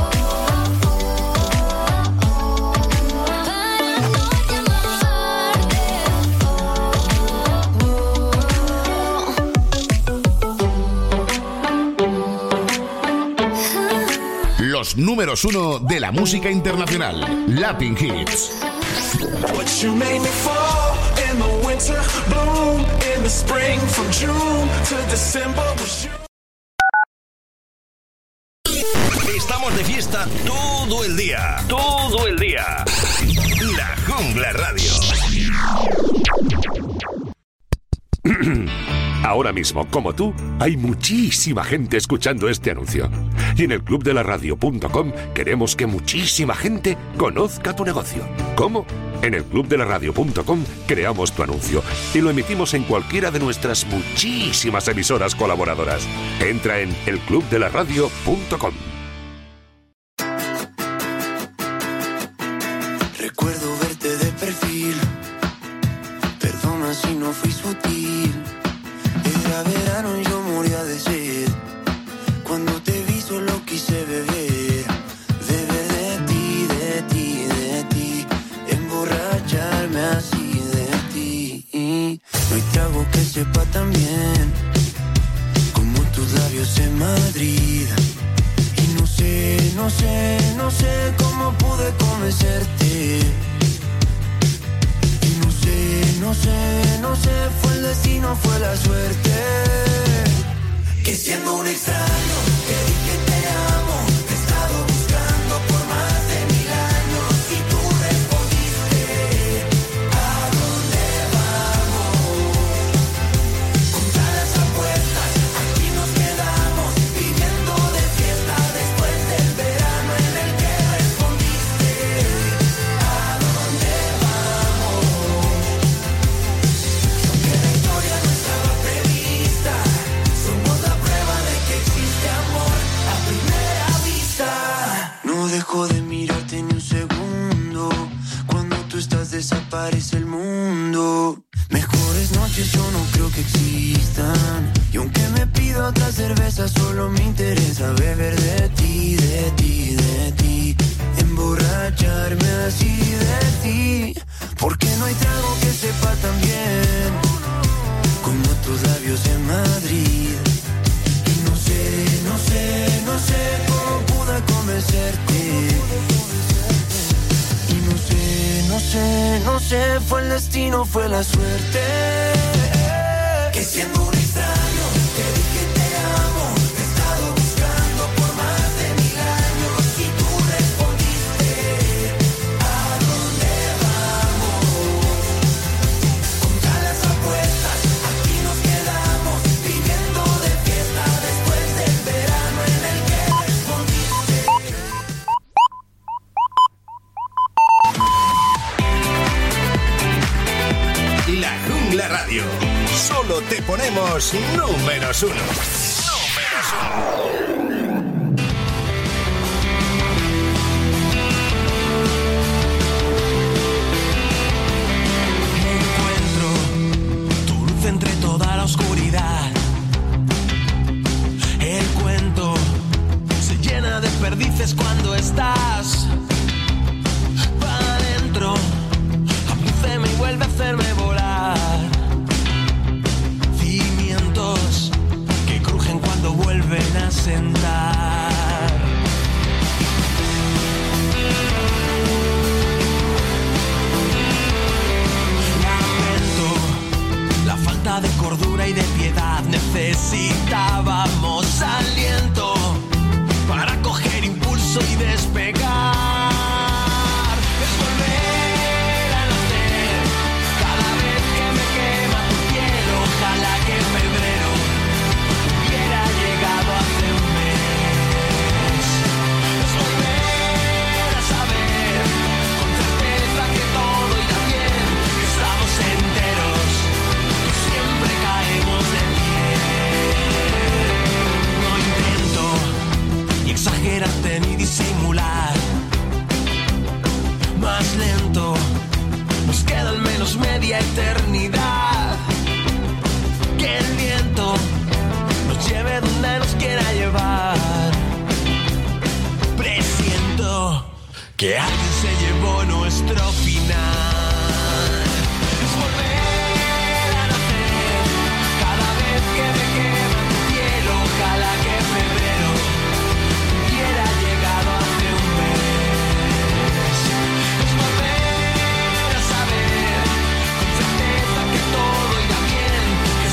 A: Los números uno de la música internacional, Latin Hits.
F: What you made me fall in the spring, from June to December was you.
L: Estamos de fiesta todo el día. Todo el día. La Jungla Radio.
R: Ahora mismo, como tú, hay muchísima gente escuchando este anuncio. Y en el club de la radio punto com queremos que muchísima gente conozca tu negocio. ¿Cómo? En el club de la radio punto com creamos tu anuncio y lo emitimos en cualquiera de nuestras muchísimas emisoras colaboradoras. Entra en el club de la radio punto com.
S: Recuerdo verte de perfil. Perdona si no fui sutil. Era verano y yo moría de sed. Cuando te vi solo quise beber. Beber de ti, de ti, de ti. Emborracharme así de ti. No hay trago que sepa tan bien como tus labios en Madrid. Y no sé, no sé, no sé cómo pude convencerte. Y no sé, no sé, no sé, fue el destino, fue la suerte. Que siendo un extraño, te dije te amo. Te he estado buscando por más de mil años. Y tú respondiste, ¿a dónde vamos? Contra las apuestas, aquí nos quedamos. Viviendo de fiesta después del verano en el que respondiste, ¿a dónde vamos? Y aunque la historia no estaba prevista, somos la prueba de que existe amor a primera vista. No dejo de mirarte ni un segundo. Cuando tú estás desaparece el mundo. Mejores noches yo no creo que existan. Y aunque me pido otra cerveza, solo me interesa beber de ti, de ti, de ti. Emborracharme así de ti. Porque no hay trago que sepa tan bien como tus labios en Madrid. Y no sé, no sé, no sé cómo pude convencerte. Y no sé, no sé, no sé, fue el destino, fue la suerte. Que siendo un extraño, te dije te amo. Te he estado buscando por más de mil años. Y tú respondiste, ¿a dónde vamos? Contra las apuestas, aquí nos quedamos. Viviendo de fiesta después del verano en el que respondiste.
L: La Jungla Radio. Solo te ponemos números uno. Números uno.
F: Encuentro tu luz entre toda la oscuridad. El cuento se llena de perdices cuando estás para adentro. Abdúceme y vuelve a hacerme volar. Cimientos que crujen cuando vuelven a sentar. Lamento la falta de cordura y de piedad. Necesitábamos aliento para coger impulso y despegar. Es volver a nacer cada vez que me quema tu piel. Ojalá que febrero hubiera llegado hace un mes. Es volver a saber con certeza que todo irá bien, que estamos enteros, que siempre caemos de pie. No intento ni exagerarte ni disimular. Más lento, nos queda al menos media eternidad. Que el viento nos lleve donde nos quiera llevar. Presiento que alguien se llevó nuestro final. Es volver a nacer cada vez que me quema tu piel. Ojalá que febrero hubiera llegado hace un mes. Es volver a saber con certeza que todo irá bien, que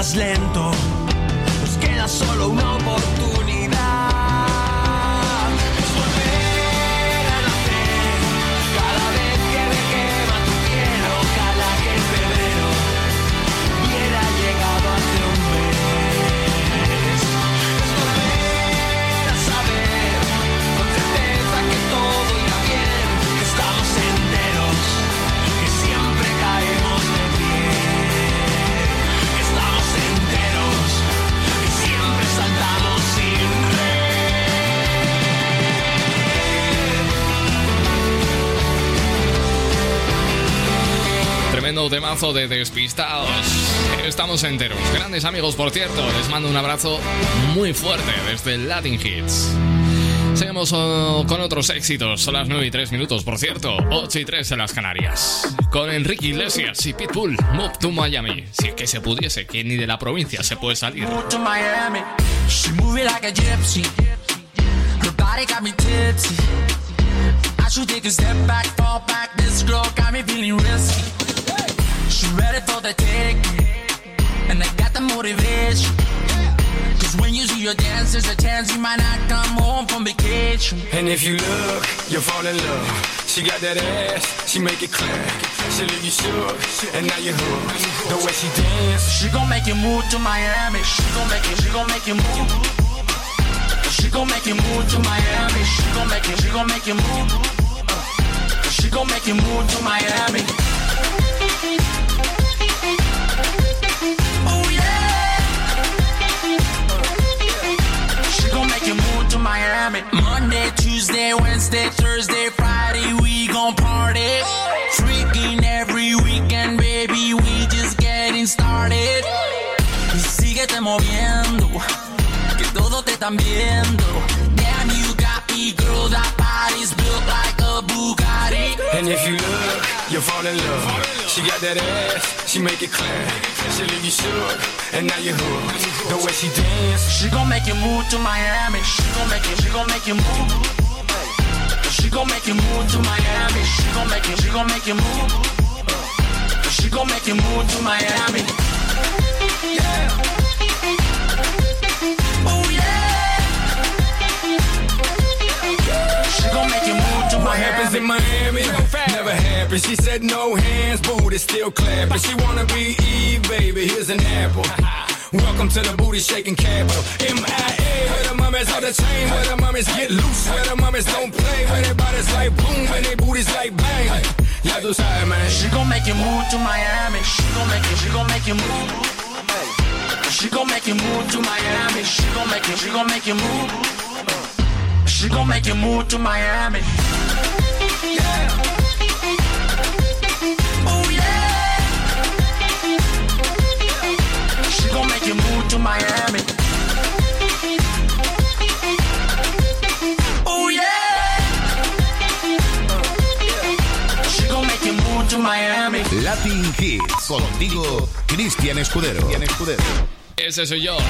F: más lento. Nos queda solo una oportunidad. Es volver a nacer. Cada vez que me quema tu piel, ojalá que en febrero hubiera llegado hace un mes. Es volver a saber con certeza que todo irá bien, que estamos enteros, que siempre caemos de pie, que estamos enteros, que siempre saltamos sin red.
C: Tremendo temazo de Despistados. Estamos enteros. Grandes amigos, por cierto. Les mando un abrazo muy fuerte desde Latin Hits. Seguimos oh, con otros éxitos. Son las nueve y tres minutos, por cierto. ocho y tres en las Canarias. Con Enrique Iglesias y Pitbull, Move to Miami. Si es que se pudiese, que ni de la provincia se puede salir.
P: Move to Miami. She move it like a gypsy. Her body got me tipsy. I should take a step back, fall back. This girl got me feeling risky. She ready for the take, and I got the motivation. Cause when you see your dance, there's a chance you might not come home from vacation.
T: And if you look, you'll fall in love. She got that ass, she make it clap. She leave you shook, and now you're hooked. The way she dance,
P: she gon' make you move to Miami. She gon' make you, she gon' make you move. She gon' make you move to Miami. She gon' make you, she gon' make you move. She gon' make you move to Miami. Oh yeah. She gon' make you move to Miami. Monday, Tuesday, Wednesday, Thursday, Friday, we gon' party. Freaking every weekend, baby, we just getting started. Síguete moviendo, que todo te están viendo. Damn, you got me, girl, that body's built like a Bugatti.
T: and if you look, you'll fall in love. She got that ass, she make it clap. She leave you shook, and now you're hooked. The way she dance,
P: she gon' make you move to Miami. She gon' make you, she gon' make you move. She gon' make you move to Miami. She gon' make you, she gon' make you move. She gon' make you move to Miami. Yeah. Oh yeah. She gon' make you move to Miami.
T: What happens in Miami never happens. She said no hands, booty still clapping. She wanna be Eve, baby. Here's an apple. Welcome to the booty shaking capital. M I A, where the mummies on the chain, where the mummies get loose, where the mummies don't play, where their bodies like boom, and their booties like bang. Ya tú sabes, man.
P: She gon' make you move to Miami. She gon' make you, she gon' make you move. She gon' make you move to Miami. She gon' make you, she gon' make you move. She gon' make you move to Miami. Yeah. Oh yeah. She gon' make you move to Miami. Oh yeah. She gon' make you move to Miami.
A: Latin Hits, contigo, Cristian Escudero. Cristian Escudero.
C: Ese soy yo.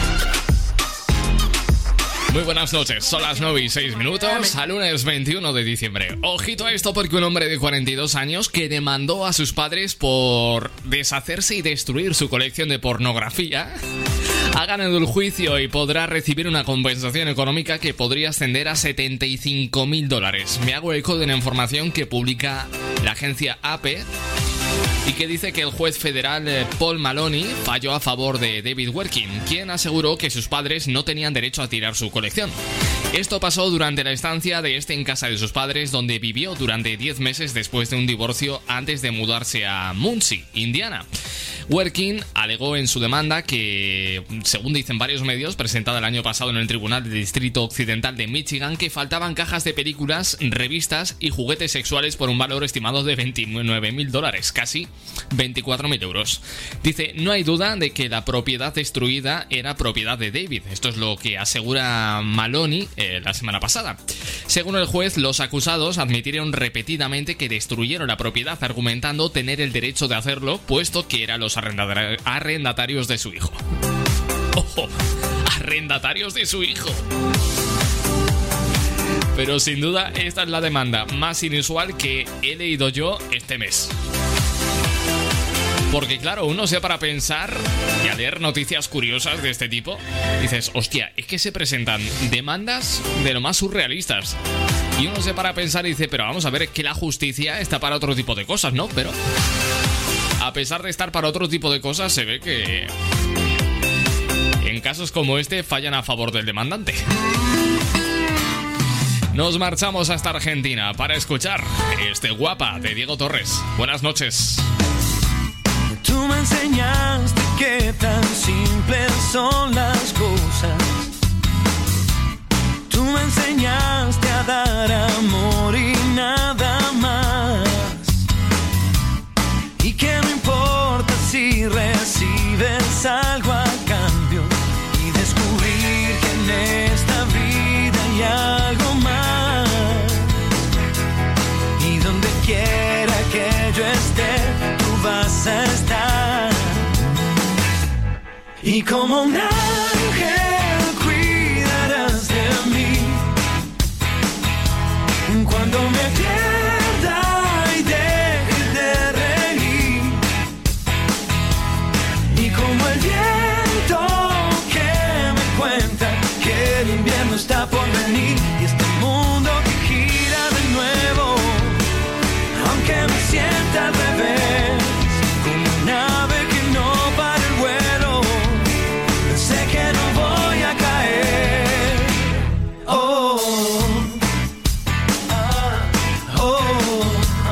C: Muy buenas noches, son las nueve y seis minutos, al lunes veintiuno de diciembre. Ojito a esto porque un hombre de cuarenta y dos años que demandó a sus padres por deshacerse y destruir su colección de pornografía ha ganado el juicio y podrá recibir una compensación económica que podría ascender a setenta y cinco mil dólares. Me hago eco de una información que publica la agencia A P y que dice que el juez federal Paul Maloney falló a favor de David Werkin, quien aseguró que sus padres no tenían derecho a tirar su colección. Esto pasó durante la estancia de este en casa de sus padres, donde vivió durante diez meses después de un divorcio antes de mudarse a Muncie, Indiana. Werkin alegó en su demanda que, según dicen varios medios, presentada el año pasado en el Tribunal del Distrito Occidental de Michigan, que faltaban cajas de películas, revistas y juguetes sexuales por un valor estimado de veintinueve mil dólares, casi veinticuatro mil euros. Dice, no hay duda de que la propiedad destruida era propiedad de David. Esto es lo que asegura Maloney eh, la semana pasada. Según el juez, los acusados admitieron repetidamente que destruyeron la propiedad, argumentando tener el derecho de hacerlo, puesto que eran los arrendatarios de su hijo. ¡Ojo! ¡Arrendatarios de su hijo! Pero sin duda esta es la demanda más inusual que he leído yo este mes. Porque claro, uno se para pensar y a leer noticias curiosas de este tipo, dices, hostia, es que se presentan demandas de lo más surrealistas. Y uno se para a pensar y dice, pero vamos a ver, es que la justicia está para otro tipo de cosas, ¿no? Pero a pesar de estar para otro tipo de cosas, se ve que en casos como este fallan a favor del demandante. Nos marchamos hasta Argentina para escuchar este Guapa de Diego Torres. Buenas noches.
F: Tú me enseñaste que tan simples son las cosas. Tú me enseñaste a dar amor y nada más. Y que no importa si recibes algo a cambio. Y descubrir que en esta vida hay algo más. Y donde quiera que yo esté, tú vas a estar. Y como un ángel cuidarás de mí. Cuando me pierda y deje de reír. Y como el viento que me cuenta que el invierno está por venir. Y este mundo que gira de nuevo, aunque me sienta al revés, como una ave que no para el vuelo, sé que no voy a caer. Oh, ah, oh,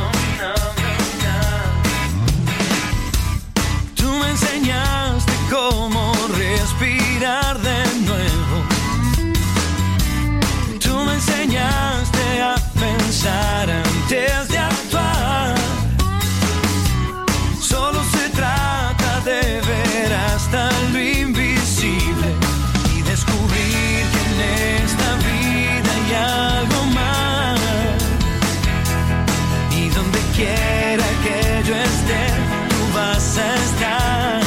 F: tú me enseñaste cómo respirar de nuevo. Tú me enseñaste a pensar antes de actuar. Solo se trata de ver hasta lo invisible y descubrir que en esta vida hay algo más. Y donde quiera que yo esté, tú vas a estar.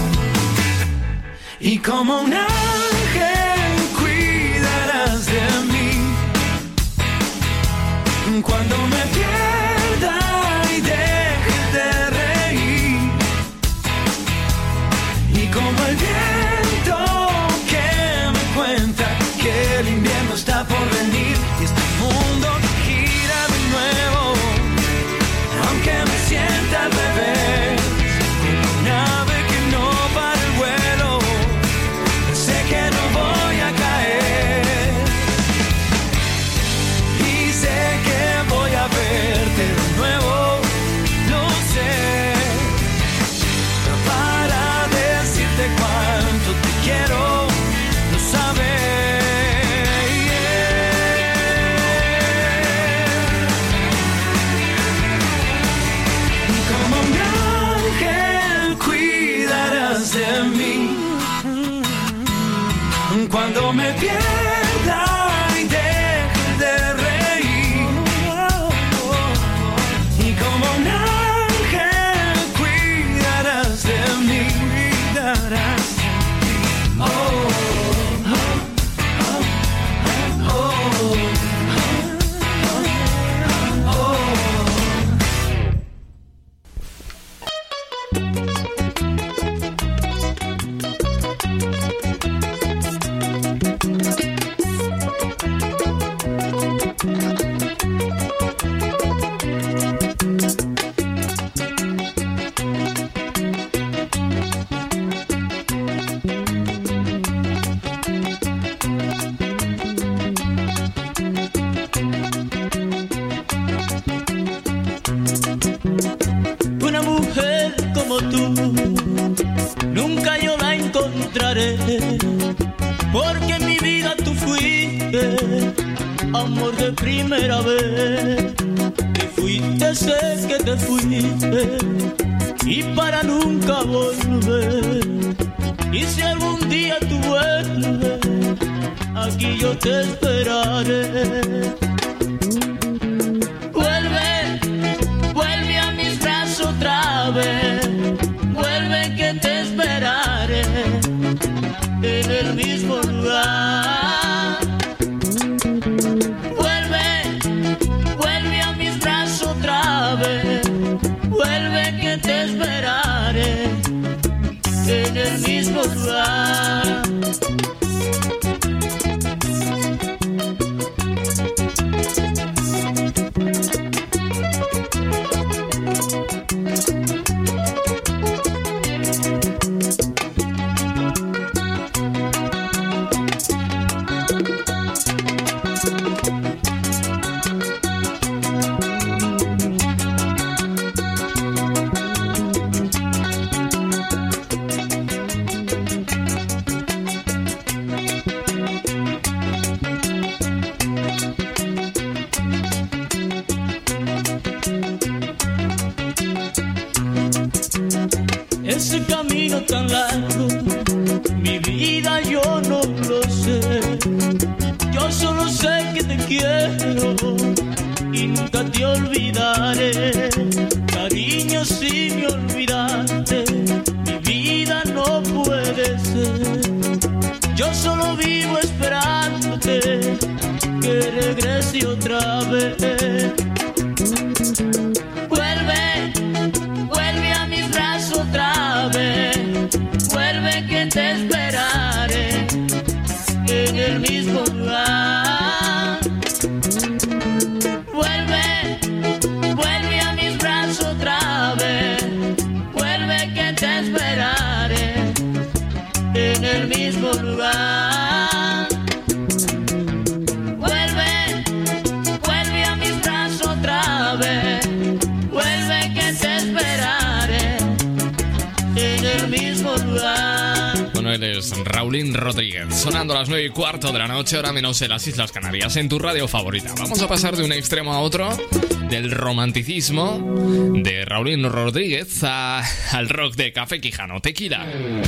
F: Y como un ángel cuidarás de mí. Cuando me pierda y deje de reír. Y como el viento que me cuenta que el invierno está por venir. Y este mundo que gira de nuevo, aunque me sienta al revés, como una ave que no para el vuelo, sé que no voy a caer. Y sé que voy a verte de nuevo, lo sé, para decirte cuánto te quiero, lo sabes. Y como un ángel cuidarás de mí. Cuando me pierda y deje de reír. Y como un ángel cuidarás de mí. Cuidarás de mí. Oh, oh, oh, oh, oh, oh, oh. Una mujer como tú nunca yo la encontraré, porque en mi vida tú fuiste amor de primera vez. Te fuiste, sé que te fuiste y para nunca volver. Y si algún día tú vuelves, aquí yo te esperaré. Vuelve, vuelve a mis brazos otra vez. Vuelve que te esperaré en el mismo lugar. Vuelve, vuelve a mis brazos otra vez. Vuelve que te esperaré
B: en el mismo lugar. Ese camino tan largo, mi vida yo no lo sé. Yo solo sé que te quiero y nunca te olvidaré. Cariño, si me olvidaste, mi vida no puede ser. Yo solo vivo esperándote que regrese otra vez. Vuelve, vuelve a mis brazos otra vez. Vuelve que te esperaré en el mismo lugar. Vuelve, vuelve a mis brazos otra vez. Vuelve que te esperaré en el mismo lugar. Vuelve, vuelve a mis brazos otra vez. Vuelve que te esperaré en el mismo lugar.
C: Bueno, él es Raulín Rodríguez, sonando a las nueve y cuarto de la noche, hora menos en las Islas Canarias, en tu radio favorita. Vamos a pasar de un extremo a otro, del romanticismo de Raulín Rodríguez a, al rock de Café Quijano, Tequila.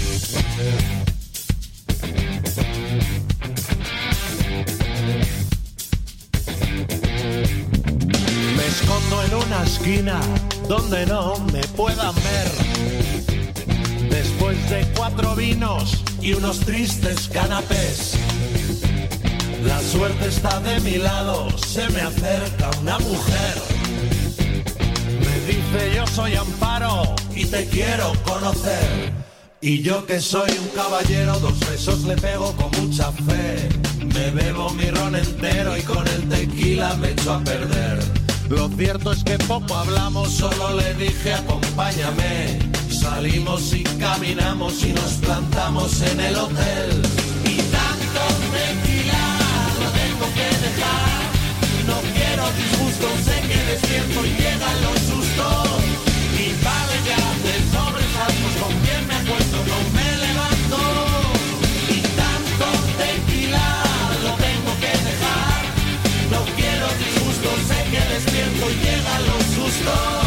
E: Me escondo en una esquina donde no me puedan ver. Después de cuatro vinos y unos tristes canapés, la suerte está de mi lado, se me acerca una mujer. Me dice yo soy Amparo y te quiero conocer. Y yo que soy un caballero, dos besos le pego con mucha fe. Me bebo mi ron entero y con el tequila me echo a perder. Lo cierto es que poco hablamos, solo le dije acompáñame. Salimos y caminamos y nos plantamos en el hotel. Y tanto tequila lo tengo que dejar. No quiero disgustos, sé que despierto y llegan los sustos. Y vale ya de sobresaltos, con quien me acuesto no me levanto. Y tanto tequila lo tengo que dejar. No quiero disgustos, sé que despierto y llegan los sustos.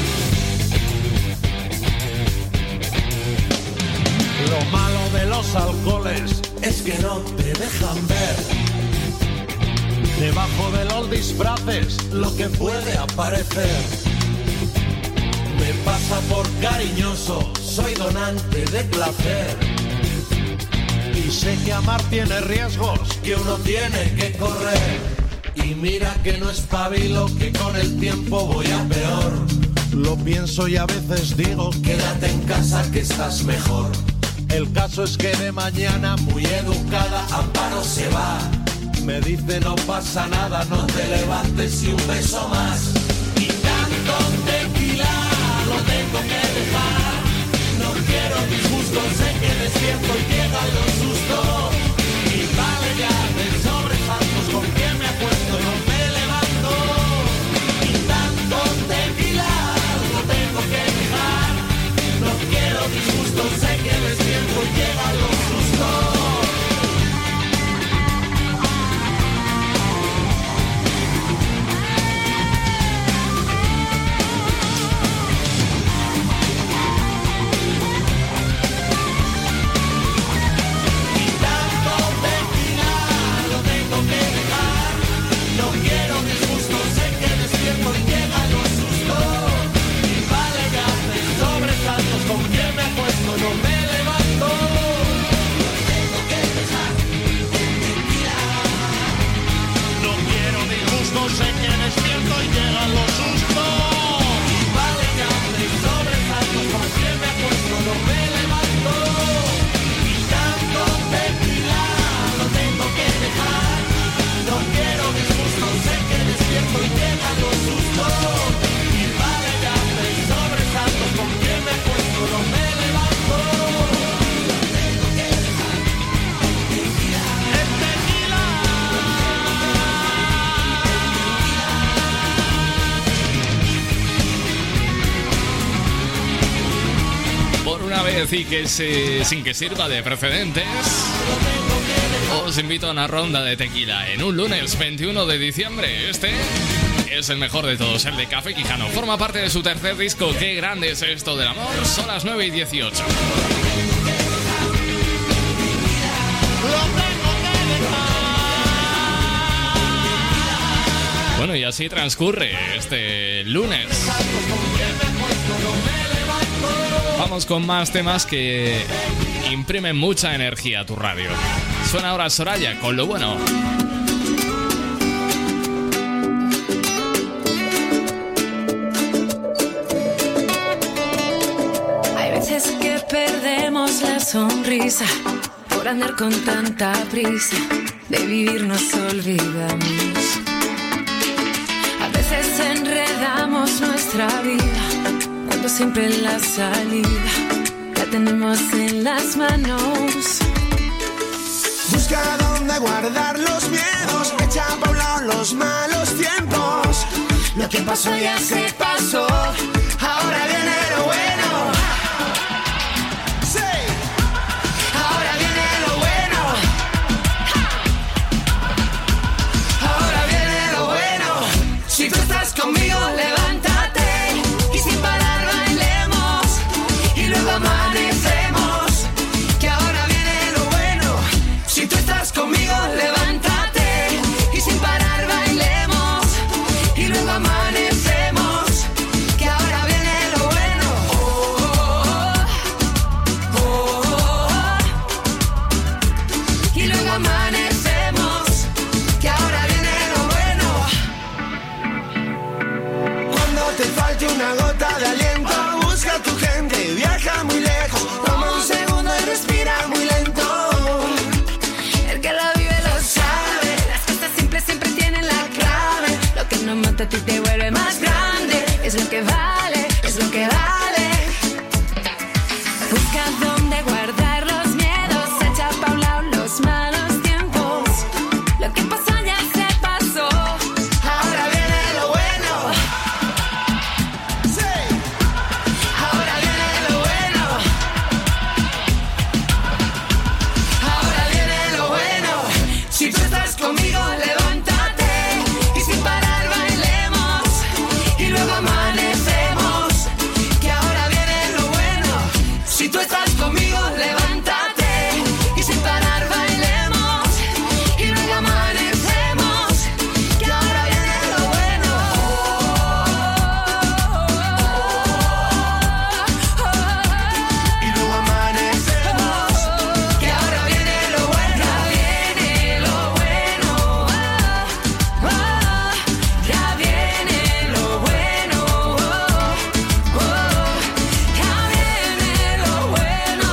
E: Lo malo de los alcoholes es que no te dejan ver debajo de los disfraces lo que puede aparecer. Me pasa por cariñoso, soy donante de placer. Y sé que amar tiene riesgos que uno tiene que correr. Y mira que no espabilo, que con el tiempo voy a peor. Lo pienso y a veces digo, quédate en casa que estás mejor. El caso es que de mañana, muy educada, Amparo se va. Me dice no pasa nada, no te levantes y un beso más. Y tanto tequila lo tengo que dejar. No quiero disgustos, sé que despierto y llegan los sustos. Y vale ya de sobresaltos, con quien me acuesto no me levanto. Y tanto tequila lo tengo que dejar. No quiero disgustos, sé que despierto y llegan los sustos.
C: vez y que se, sin que sirva de precedentes, os invito a una ronda de tequila en un lunes veintiuno de diciembre. Este es el mejor de todos, el de Café Quijano. Forma parte de su tercer disco, Qué grande es esto del amor. Son las nueve y dieciocho. Bueno, y así transcurre este lunes. Vamos con más temas que imprimen mucha energía a tu radio. Suena ahora Soraya con Lo bueno.
K: Hay veces que perdemos la sonrisa por andar con tanta prisa, de vivir nos olvidamos. A veces enredamos nuestra vida cuando siempre la salida la tenemos en las manos.
F: Busca dónde guardar los miedos, echa pa' un lado los malos tiempos. Lo que pasó ya se pasó, ahora viene lo bueno. Sí, ahora viene lo bueno. Ahora viene lo bueno. Si tú estás conmigo, levántate y sin parar bailemos y luego amanecemos. Que ahora viene lo bueno. Si tú estás conmigo, levántate y sin parar bailemos y luego amanecemos. Que ahora viene lo bueno. Oh, oh, oh, oh. Y luego amanecemos. Que ahora viene lo bueno. Cuando te falte una gota de aliento, busca a tu gente, viaja muy lejos. Toma un segundo y respira muy lento.
K: El que la vive lo sabe, las cosas simples siempre tienen la clave. Lo que no mata a ti te vuelve más grande, es lo que vale, es lo que vale. Busca dónde guardar los miedos, echa pa' un lado los malos tiempos. Lo que pasó ya se pasó,
F: ahora viene lo bueno. Sí, ahora viene lo bueno. Ahora viene lo bueno. Si tú estás conmigo, levántate y sin parar bailemos y luego amanecemos. Que ahora viene lo bueno. Si tú estás conmigo, levántate y sin parar bailemos y luego amanecemos. Que ahora viene lo bueno. Y luego amanecemos. Que ahora viene lo bueno. Ya viene lo bueno. Ya viene lo bueno. Ya viene lo bueno.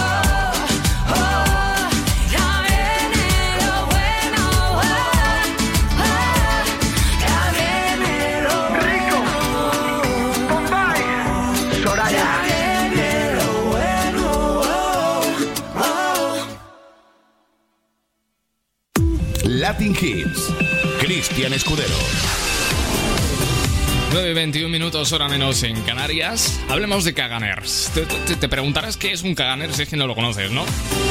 F: Ya viene lo bueno. Ya viene lo rico. Bombay. Soraya. Ya viene lo bueno.
A: Latin Hits. Cristian Escudero.
C: nueve y veintiún minutos, hora menos en Canarias. Hablemos de Caganers. Te, te, te preguntarás qué es un Caganer si es que no lo conoces, ¿no?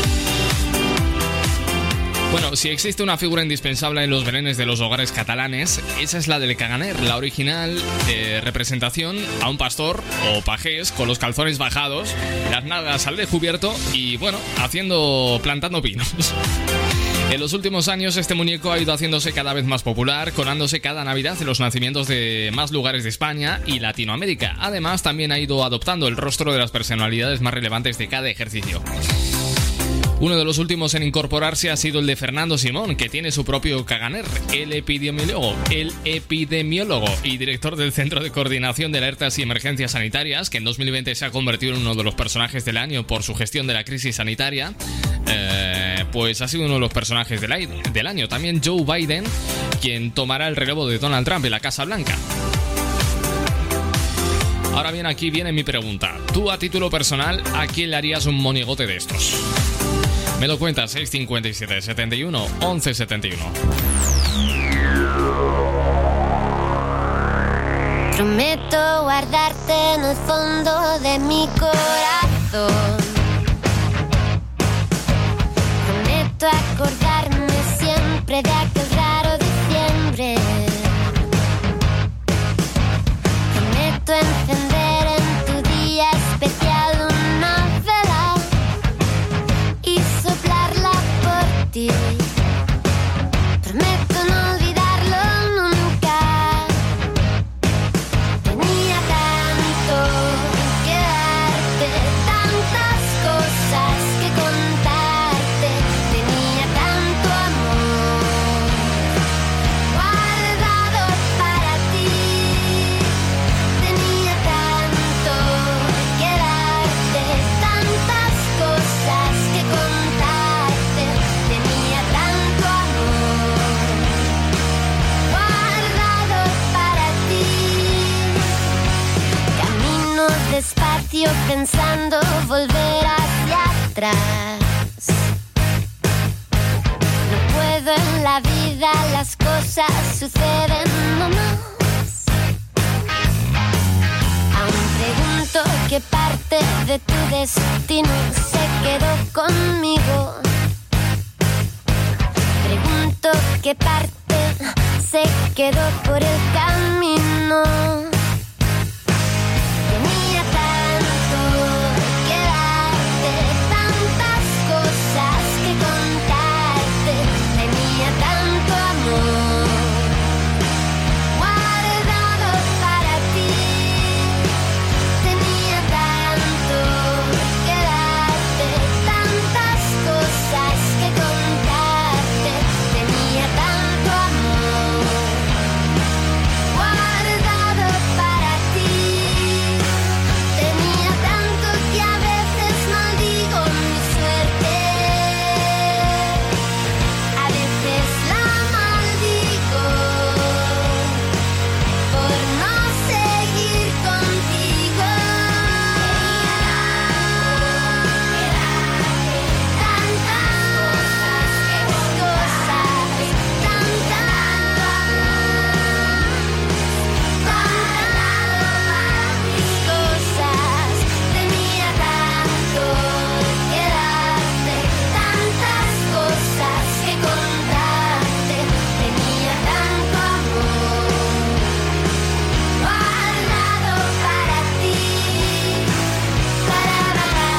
C: Bueno, si existe una figura indispensable en los belenes de los hogares catalanes, esa es la del Caganer, la original eh, representación a un pastor o pajés con los calzones bajados, las nalgas al descubierto y, bueno, haciendo, plantando pinos. En los últimos años este muñeco ha ido haciéndose cada vez más popular, colándose cada Navidad en los nacimientos de más lugares de España y Latinoamérica. Además, también ha ido adoptando el rostro de las personalidades más relevantes de cada ejercicio. Uno de los últimos en incorporarse ha sido el de Fernando Simón, que tiene su propio Caganer, el epidemiólogo, el epidemiólogo y director del Centro de Coordinación de Alertas y Emergencias Sanitarias, que en dos mil veinte se ha convertido en uno de los personajes del año por su gestión de la crisis sanitaria. Eh, pues ha sido uno de los personajes del, del año. También Joe Biden, quien tomará el relevo de Donald Trump en la Casa Blanca. Ahora bien, aquí viene mi pregunta. Tú, a título personal, ¿a quién le harías un monigote de estos? Me lo cuentas, seis cinco siete, setenta y uno, once setenta y uno.
D: Prometo guardarte en el fondo de mi corazón. corazón. Prometo acordarme siempre de aquel raro diciembre. Prometo encender en tu día especial una vela y soplarla por ti. Prometo no olvidarlo nunca. Tenía tanto que darte, tantas cosas que contarte. Tenía tanto amor guardado para ti. Tenía tanto que darte, tantas cosas que contarte. Tenía tanto amor guardado para ti. Camino despacio pensando volver hacia atrás. No puedo en la vida, las cosas suceden nomás. Aún pregunto qué parte de tu destino se quedó conmigo. Pregunto qué parte se quedó por el camino. Tenía tanto que darte, tantas cosas que contarte. Tenía tanto amor guardado para ti. Tenía tanto que darte, tantas cosas que contarte. Tenía tanto amor guardado para ti. Tenía tanto que a veces maldigo mi suerte. A veces la maldigo por no seguir contigo. Tantas cosas, tantas cosas. Tenía tanto que darte, tantas cosas que contarte. Tenía tanto amor guardado para ti. Para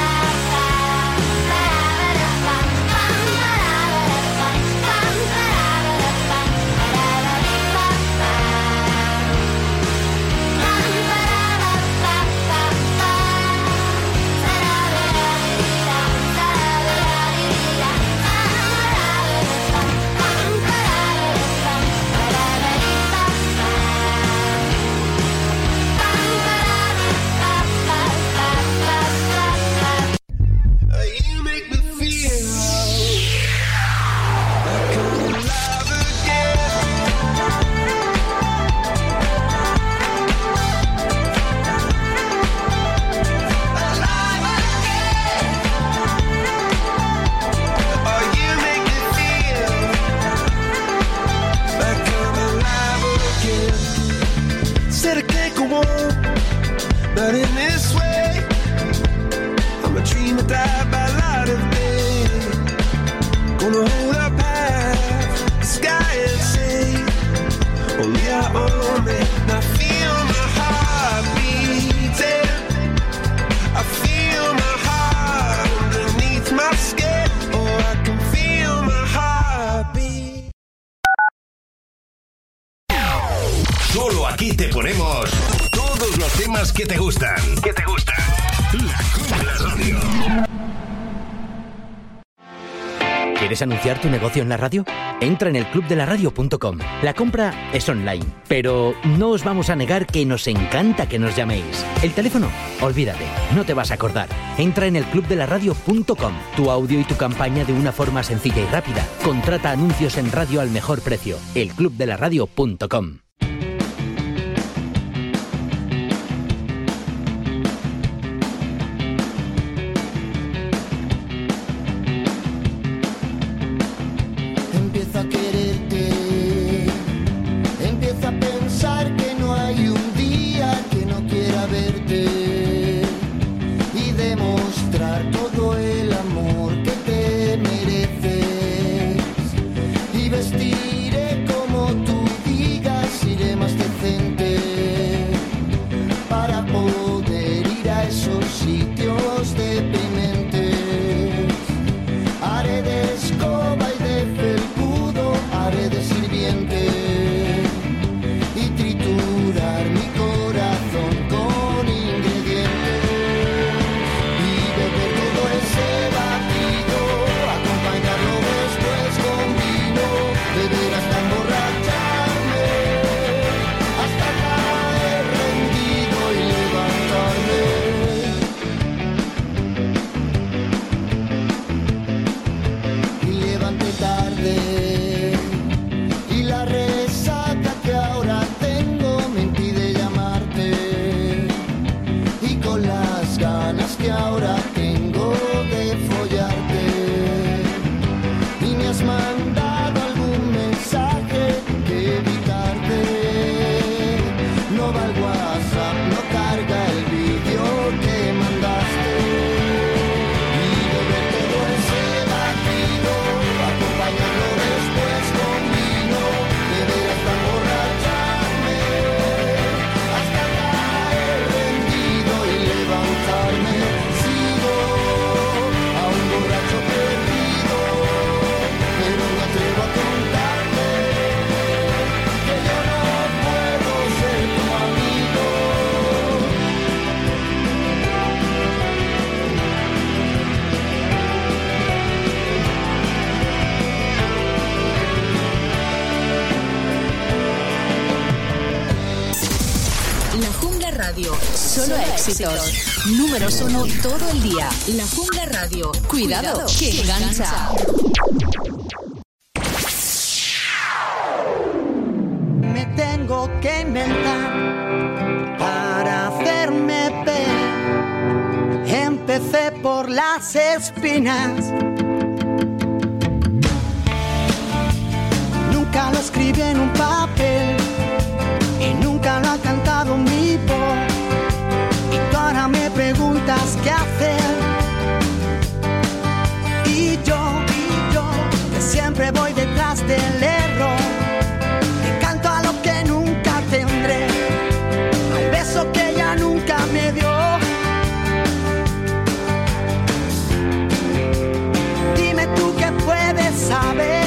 S: You make me feel like I'm alive again. Oh, you make me feel like I'm alive again. Said I can't go on, not in this way. I'm a dream that died by light of day. Gonna hold up half the sky and say, only I own it. And I feel my heart beating. I feel my heart underneath my skin. Oh, I can feel my heart beat.
L: Solo aquí te ponemos todos los temas que te gustan. Que te gustan. La Jungla Radio.
U: ¿Quieres anunciar tu negocio en la radio? Entra en el club de la radio punto com. La compra es online, pero no os vamos a negar que nos encanta que nos llaméis. El teléfono, olvídate, no te vas a acordar. Entra en el club de la radio punto com. Tu audio y tu campaña de una forma sencilla y rápida. Contrata anuncios en radio al mejor precio. el club de la radio punto com.
S: Empiezo a quererte, empiezo a pensar que no hay un día que no quiera verte y demostrar
G: tarde y la resaca que ahora tengo me impide llamarte, y con las ganas que ahora tengo de follarte, y me has mandado algún mensaje que evitarte. No va el WhatsApp, no carga el vídeo que mandaste, y de ver todo ese batido, acompañarlo después con vino, beber hasta emborracharme, hasta caer rendido y levantarme. Sigo a un borracho perdido, pero me atrevo a contarte que yo no puedo ser tu amigo.
N: La Jungla Radio, solo éxitos. Números uno todo el día. La Jungla Radio, cuidado, que engancha.
G: Me tengo que inventar para hacerme ver. Empecé por las espinas. Nunca lo escribí en un papel y nunca lo ha cantado mi voz. Y tú ahora me preguntas qué hacer. Y yo, y yo, que siempre voy detrás del error. Canto a lo que nunca tendré, al beso que ella nunca me dio. Dime tú qué puedes saber,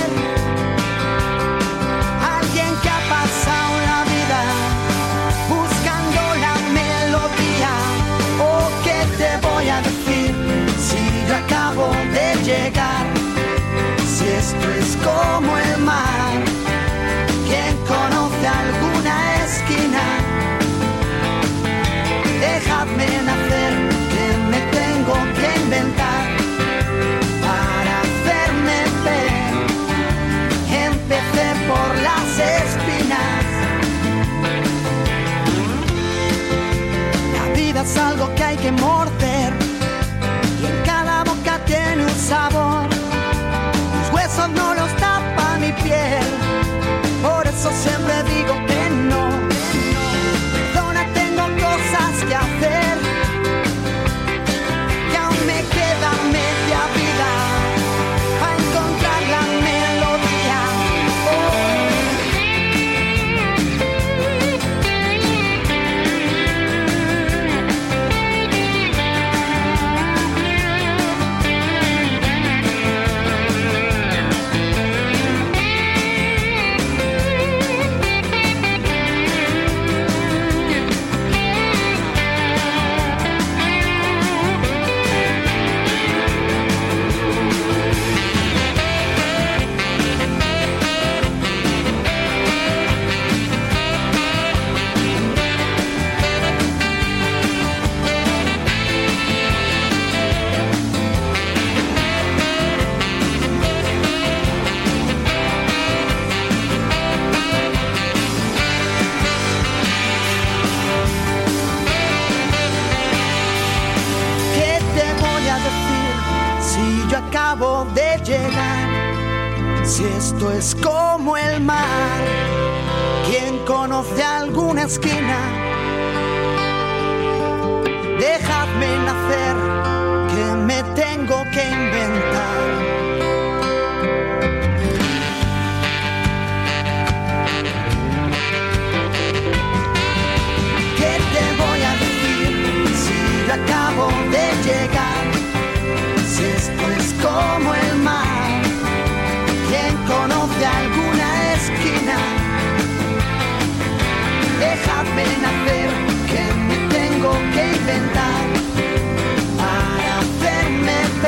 G: alguien que ha pasado la vida buscando la melodía. ¿O qué te voy a decir si yo acabo de llegar? Si esto es como el mar, ¿quién conoce alguna esquina? Dejadme nacer, que me tengo que inventar para hacerme ver. Empecé por las espinas. La vida es algo que hay que morder, y en cada boca tiene un sabor. Los huesos no los tapa mi piel, por eso siempre digo que no. Perdona, tengo cosas que hacer, que aún me queda media vida para encontrar la melodía. ¿Qué te voy a decir si yo acabo de llegar? Si esto es como el mar, ¿quién conoce alguna esquina? Dejadme nacer, que me tengo que inventar. ¿Qué te voy a decir si yo acabo de llegar? Si esto es como el mar, ¿quién conoce alguna esquina? Dejadme nacer, que me tengo que inventar para hacerme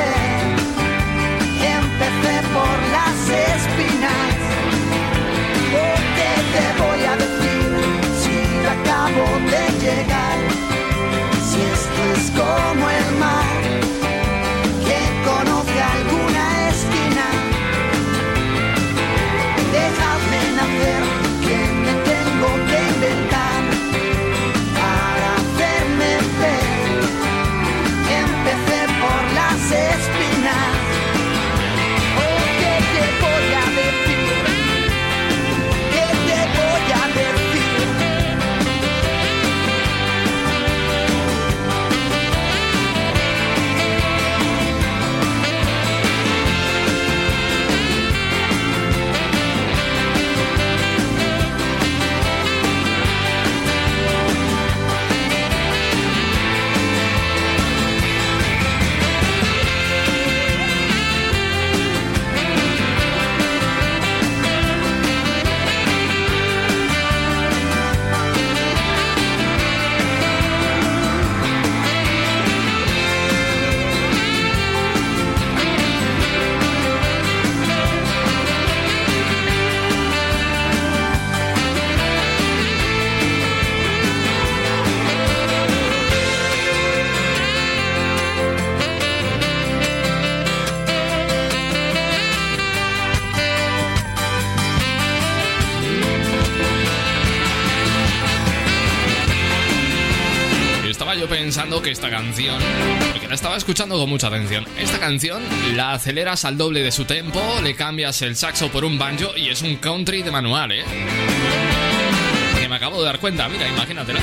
C: pensando que esta canción, porque la estaba escuchando con mucha atención, esta canción la aceleras al doble de su tempo, le cambias el saxo por un banjo y es un country de manual, ¿eh? Que me acabo de dar cuenta, mira, imagínatela.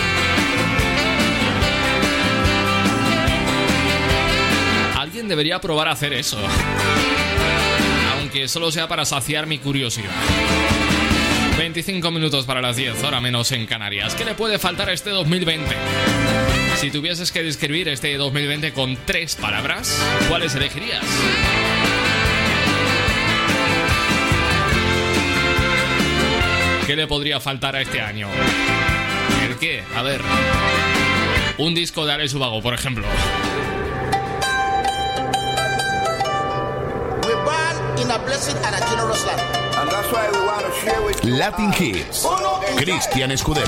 C: Alguien debería probar a hacer eso, aunque solo sea para saciar mi curiosidad. veinticinco minutos para las diez, hora menos en Canarias. ¿Qué le puede faltar a este dos mil veinte? Si tuvieses que describir este dos mil veinte con tres palabras, ¿cuáles elegirías? ¿Qué le podría faltar a este año? ¿El qué? A ver. Un disco de Alex Ubago, por ejemplo.
A: Latin Hits. Cristian Escudero.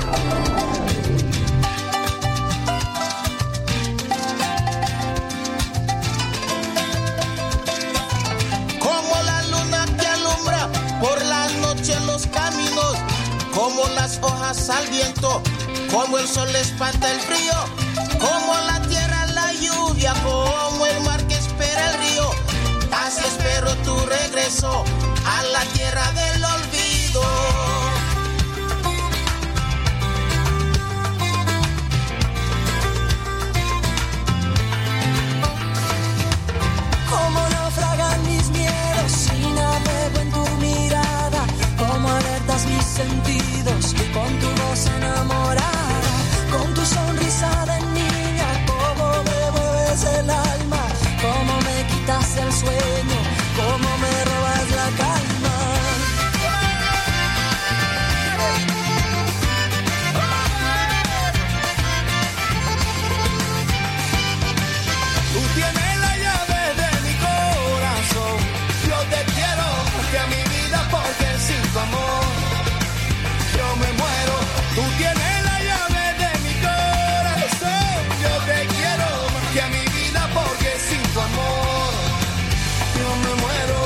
I: Como la luna que alumbra por la noche en los caminos, como las hojas al viento, como el sol espanta el frío, como la tierra la lluvia, como el mar que espera el río. Así espero tu regreso a la tierra del olvido.
K: Como naufragan mis miedos si navego en tu mirada, como alertas mis sentidos con tu voz enamorada, con tu sonrisa de niña, como me mueves el alma, como me quitas el sueño, como me robas la calma.
I: Tú tienes la llave de mi corazón, yo te quiero más que a mi vida porque sin tu amor yo me muero. Tú tienes la llave de mi corazón, yo te quiero más que a mi vida porque sin tu amor yo me muero.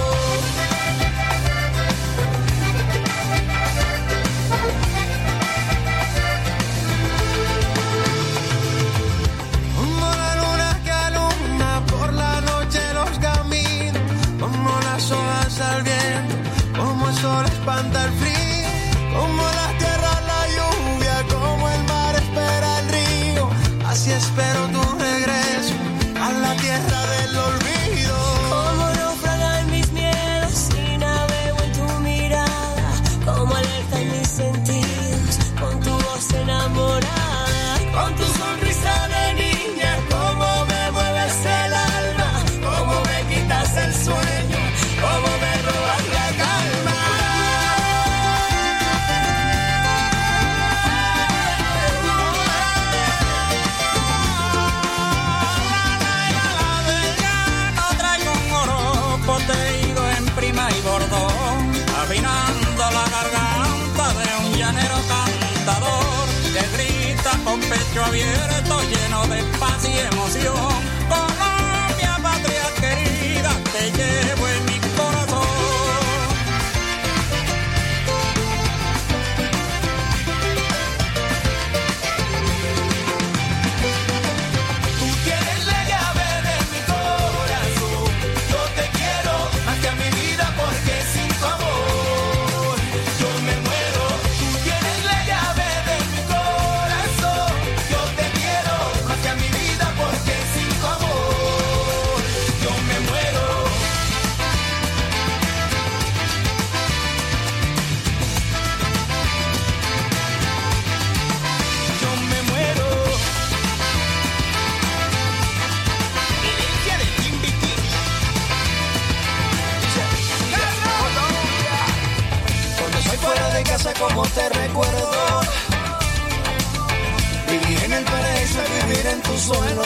I: Como la luna que alumbra por la noche los caminos, como las hojas al viento, como el sol espanta el frío, como la tierra la lluvia, como el mar espera el río. Así espero tu regreso a la tierra del olvido.
K: Como naufragan mis miedos si navego en tu mirada, como alerta en mis sentidos con tu voz enamorada, con tu sonrisa de niña, como me mueves el alma, como me quitas el sueño, como me robas la calma.
H: No traigo un oro poteído en prima y bordón, afinando la garganta de un llanero cantador que grita con pecho abierto, lleno de paz y emoción. Colombia, patria querida, te llevo en mi corazón.
I: Tú tienes la llave de mi corazón, yo te quiero más que a mi vida porque sin tu amor yo me muero. Tú tienes la llave de mi corazón, yo te quiero más que a mi vida porque sin tu amor yo me muero. Yo me muero. Herencia de Timbiquí.
G: Cuando estoy fuera de casa como te recuerdo, vivir en el paraíso y vivir en tu suelo.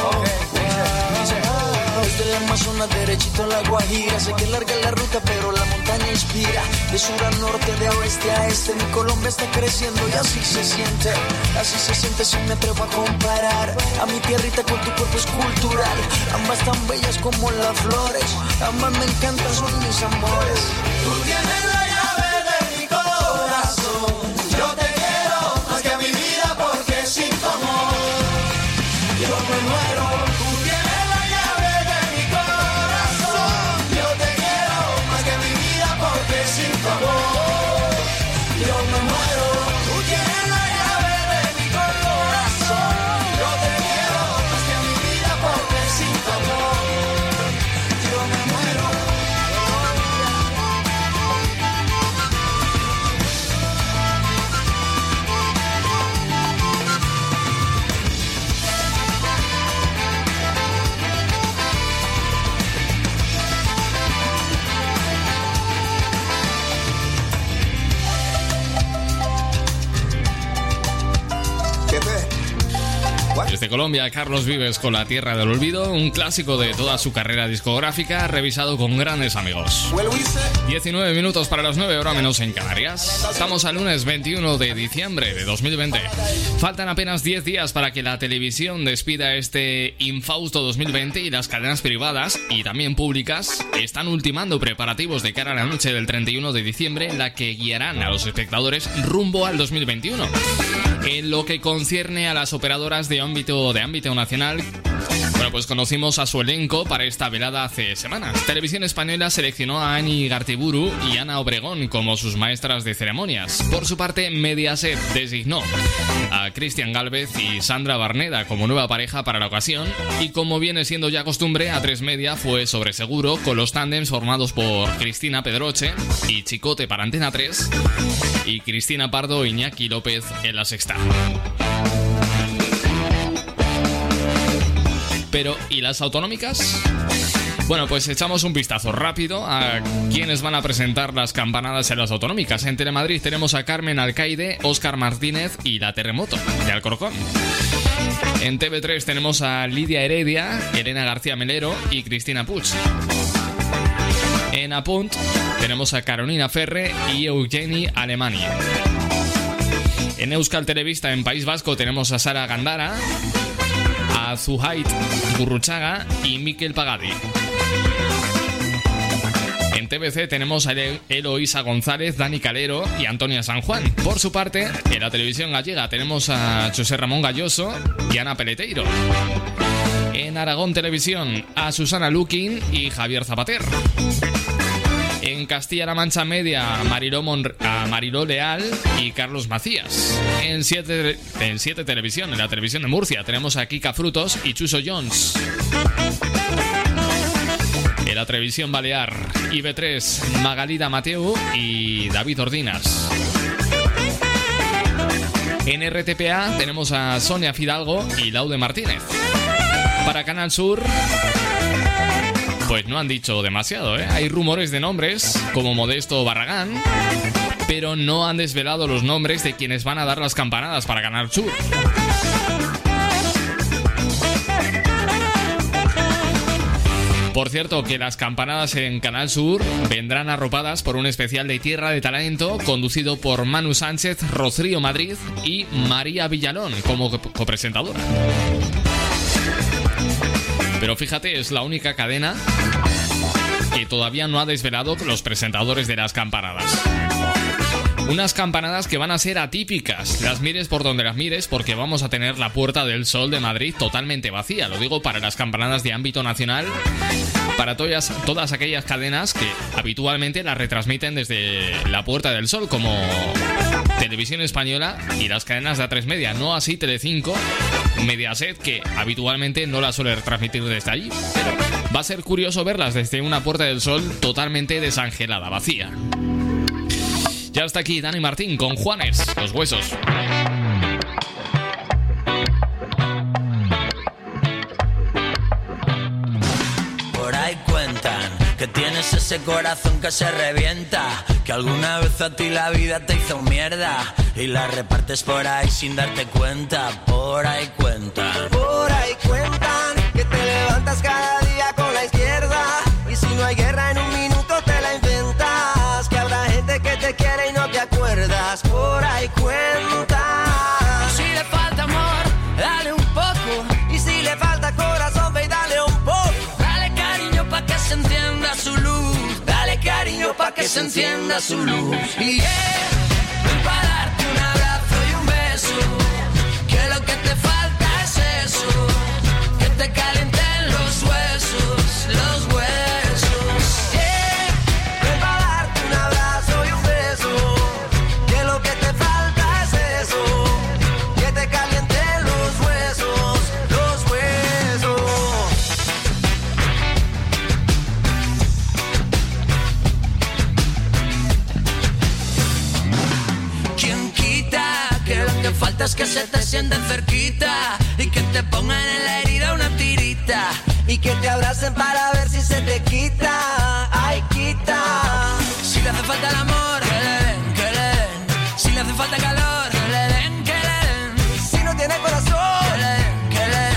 G: Desde el Amazonas derechito a la Guajira, sé que es larga la ruta pero la montaña inspira. De sur a norte, de oeste a este, mi Colombia está creciendo y así se siente. Así se siente si me atrevo a comparar a mi tierrita con tu cuerpo escultural. Ambas tan bellas como las flores, ambas me encantan, son mis amores.
I: Tú tienes la llave de mi corazón, yo te quiero más que a mi vida porque sin tu amor yo me
C: Colombia, Carlos Vives con La Tierra del Olvido, un clásico de toda su carrera discográfica, revisado con grandes amigos. diecinueve minutos para las nueve, hora menos en Canarias. Estamos al lunes veintiuno de diciembre de dos mil veinte. Faltan apenas diez días para que la televisión despida este infausto dos mil veinte y las cadenas privadas y también públicas están ultimando preparativos de cara a la noche del treinta y uno de diciembre, en la que guiarán a los espectadores rumbo al dos mil veintiuno. En lo que concierne a las operadoras de ámbito, de ámbito nacional, bueno, pues conocimos a su elenco para esta velada hace semanas. Televisión Española seleccionó a Ani Gartiburu y Ana Obregón como sus maestras de ceremonias. Por su parte, Mediaset designó a Cristian Gálvez y Sandra Barneda como nueva pareja para la ocasión, y como viene siendo ya costumbre, A tres Media fue sobre seguro con los tándems formados por Cristina Pedroche y Chicote para Antena tres y Cristina Pardo e Iñaki López en La Sexta. Pero, ¿y las autonómicas? Bueno, pues echamos un vistazo rápido a quienes van a presentar las campanadas en las autonómicas. En Telemadrid tenemos a Carmen Alcaide, Óscar Martínez y La Terremoto, de Alcorcón. En T V tres tenemos a Lidia Heredia, Elena García Melero y Cristina Puig. En Apunt tenemos a Carolina Ferre y Eugeni Alemani. En Euskal Telebista, en País Vasco, tenemos a Sara Gandara, a Zuhait Gurruchaga y Mikel Pagadi. En T V C tenemos a Eloísa González, Dani Calero y Antonia San Juan. Por su parte, en la televisión gallega tenemos a José Ramón Galloso y Ana Peleteiro. En Aragón Televisión, a Susana Lukin y Javier Zapater. En Castilla-La Mancha Media, Mariló, Mon- a Mariló Leal y Carlos Macías. En siete en siete Televisión, en la televisión de Murcia, tenemos a Kika Frutos y Chuso Jones. En la televisión balear, I B tres, Magalida Mateu y David Ordinas. En R T P A tenemos a Sonia Fidalgo y Laude Martínez. Para Canal Sur, pues no han dicho demasiado, ¿eh? Hay rumores de nombres como Modesto Barragán, pero no han desvelado los nombres de quienes van a dar las campanadas para Canal Sur. Por cierto, que las campanadas en Canal Sur vendrán arropadas por un especial de Tierra de Talento conducido por Manu Sánchez, Rocío Madrid y María Villalón como copresentadora. Pero fíjate, es la única cadena que todavía no ha desvelado los presentadores de las campanadas. Unas campanadas que van a ser atípicas, las mires por donde las mires, porque vamos a tener la Puerta del Sol de Madrid totalmente vacía. Lo digo para las campanadas de ámbito nacional, para todas, todas aquellas cadenas que habitualmente las retransmiten desde la Puerta del Sol, como Televisión Española y las cadenas de A tres Media, no así Telecinco, Mediaset, que habitualmente no la suele retransmitir desde allí. Pero va a ser curioso verlas desde una Puerta del Sol totalmente desangelada, vacía. Ya está aquí Dani Martín con Juanes, Los Huesos.
Q: Por ahí cuentan que tienes ese corazón que se revienta, que alguna vez a ti la vida te hizo mierda y la repartes por ahí sin darte cuenta. Por ahí cuentan.
J: Por ahí cuentan que te levantas cada día con la izquierda y si no hay guerra en un minuto te la inventas, que habrá gente que te quiere y no te acuerdas. Por ahí cuentan.
Q: Y si le falta amor, dale un poco,
J: y si le falta corazón, ve y dale un poco.
Q: Dale cariño pa' que se encienda su luz,
J: dale cariño pa' que se encienda su luz.
Q: Y yeah, ven pa' darte un abrazo y un beso, que lo que te falta es eso, que te calienten los huesos, los huesos.
J: Yeah, ven pa' darte un abrazo y un beso, que lo que te falta es eso, que te calienten los huesos, los huesos.
Q: ¿Quién quita que lo que falta es que se te sienten cerquita y que te pongan en la herida una tirita
J: y que te abracen para ver si se te quita? Ay, quita.
Q: Si le hace falta el amor, que le den, que le den. Si le hace falta calor, que le den, que le den.
J: Si no tiene corazón,
Q: que le den, que le den.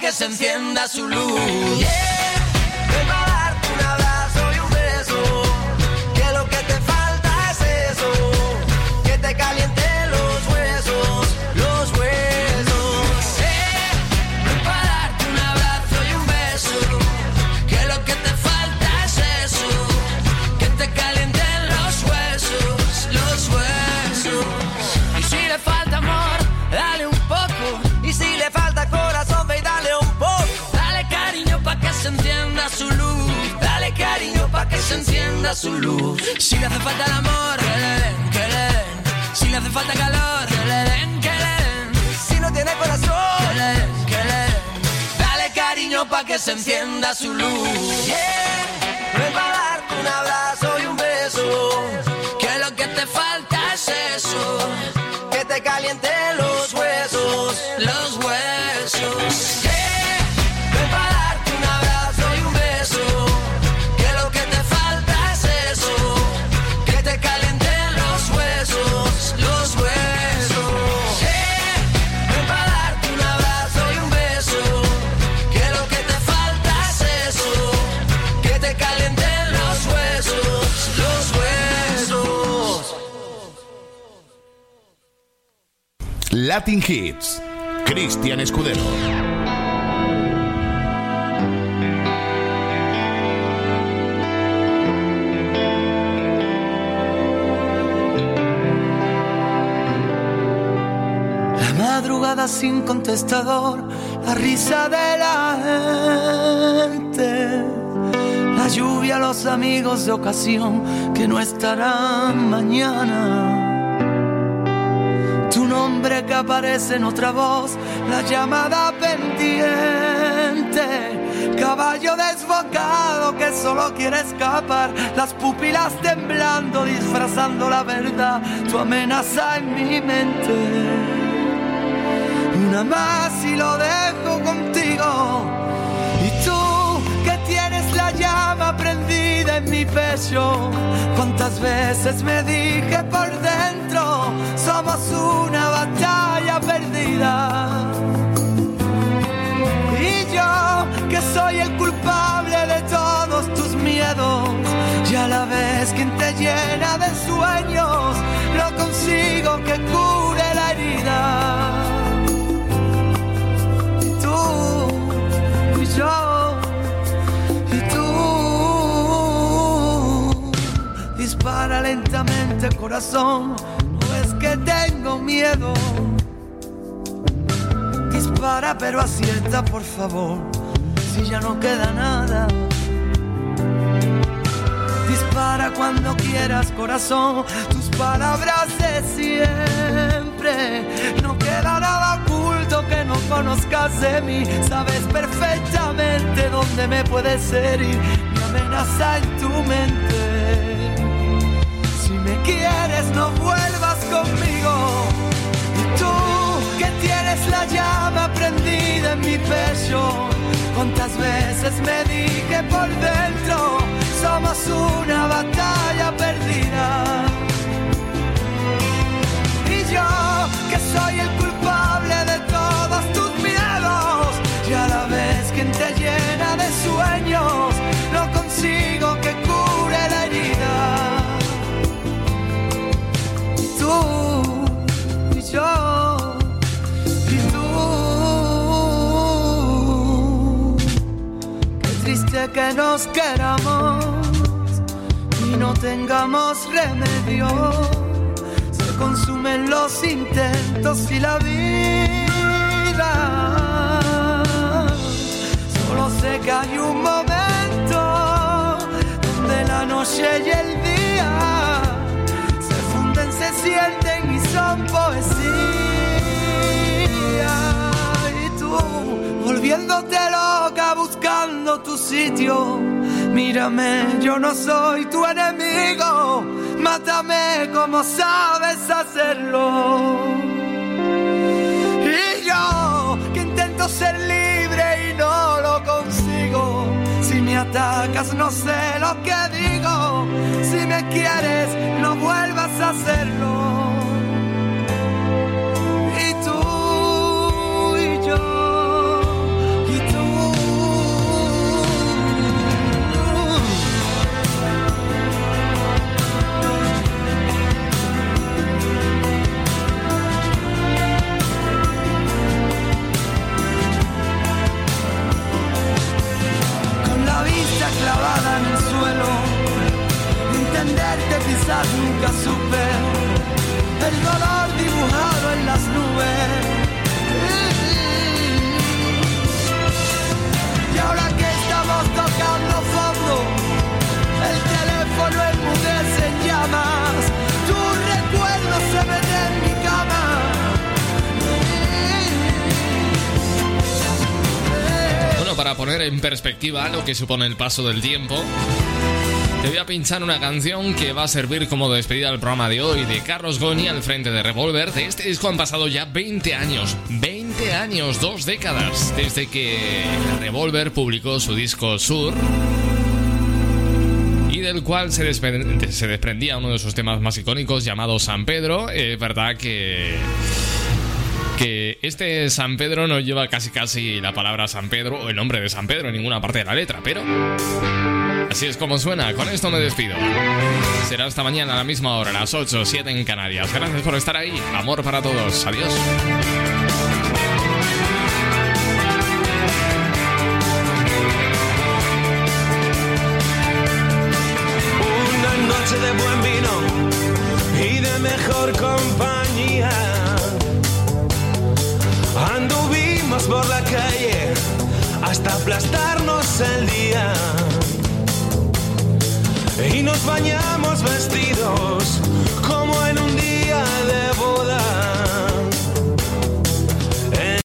Q: que se encienda su luz.
J: Yeah, vengo a darte un abrazo y un beso, que lo que te falta es eso, que te caliente los huesos, los huesos.
Q: Eh, vengo a darte un abrazo y un beso, que lo que te falta es eso, que te calienten los huesos, los huesos.
J: Y si le falta amor, dale un poco, y si le falta corazón, ve y dale un poco.
Q: Dale cariño pa' que se encienda su luz. Dale cariño pa' que se encienda su luz. Si le hace falta el amor, que le den, que le den. Si le hace falta calor, que le den, que le den.
J: Si no tiene corazón,
Q: que le den, que le den. Dale cariño pa' que se encienda su luz.
J: yeah, vengo a darte un abrazo y un beso,
Q: Que lo que te falta es eso,
J: que te caliente los huesos,
Q: los huesos.
J: yeah, vengo a darte un abrazo y un beso,
Q: Que lo que te falta es eso, que te calienten los huesos, los huesos.
J: yeah, vengo a darte un abrazo y un beso,
Q: Que lo que te falta es eso, que te calienten los huesos, los huesos.
A: Latin Hits. Cristian Escudero.
G: La madrugada sin contestador, la risa de la gente, la lluvia, los amigos de ocasión que no estarán mañana. Tu nombre que aparece en otra voz, la llamada pendiente, caballo desbocado que solo quiere escapar, las pupilas temblando, disfrazando la verdad, tu amenaza en mi mente. Una más y lo dejo contigo, y tú que tienes la llama prendida en mi pecho, cuántas veces me dije por dentro, somos una batalla perdida. Y yo que soy el culpable de todos tus miedos, y a la vez quien te llena de sueños, no consigo que cure la herida. Y tú y yo y tú, dispara lentamente corazón, no es que tengo miedo. Dispara pero acierta por favor, si ya no queda nada. Dispara cuando quieras corazón, tus palabras de siempre. No queda nada oculto que no conozcas de mí, sabes perfectamente dónde me puedes herir, mi amenaza en tu mente. Si me quieres no vuelvas conmigo, y tú que tienes la llama prendida en mi pecho, cuántas veces me dije por dentro, somos una batalla perdida. Y yo que soy el culpable de todos tus miedos, y a la vez quien te llena de sueños, no consigo que cure la herida. Y tú y yo y tú, qué triste que nos queramos y no tengamos remedio. Se consumen los intentos y la vida. Solo sé que hay un momento donde la noche y el día se funden, se sienten y son poesía. Y tú, volviéndote loca, buscando tu sitio. Mírame, yo no soy tu enemigo, mátame como sabes hacerlo. Y yo, que intento ser libre y no lo consigo. Si me atacas no sé lo que digo, si me quieres no vuelvas a hacerlo. Y tú y yo, y sonrisa clavada en el suelo. Entenderte quizás nunca supe, el dolor dibujado en las nubes. Y ahora que estamos tocando fondo, el teléfono enmudece en llamas, tus recuerdos se meten en mi cama.
C: Bueno, para poner en perspectiva lo que supone el paso del tiempo, te voy a pinchar una canción que va a servir como despedida del programa de hoy, de Carlos Goni al frente de Revolver. De este disco han pasado ya veinte años, veinte años, dos décadas, desde que Revolver publicó su disco Sur, y del cual se, despre- se desprendía uno de sus temas más icónicos llamado San Pedro. Es verdad que... que este San Pedro no lleva casi casi la palabra San Pedro o el nombre de San Pedro en ninguna parte de la letra, pero así es como suena. Con esto me despido. Será hasta mañana a la misma hora, a las ocho, siete en Canarias. Gracias por estar ahí. Amor para todos. Adiós.
F: Una noche de buen vino y de mejor compañía. Anduvimos por la calle hasta aplastarnos el día. Y nos bañamos vestidos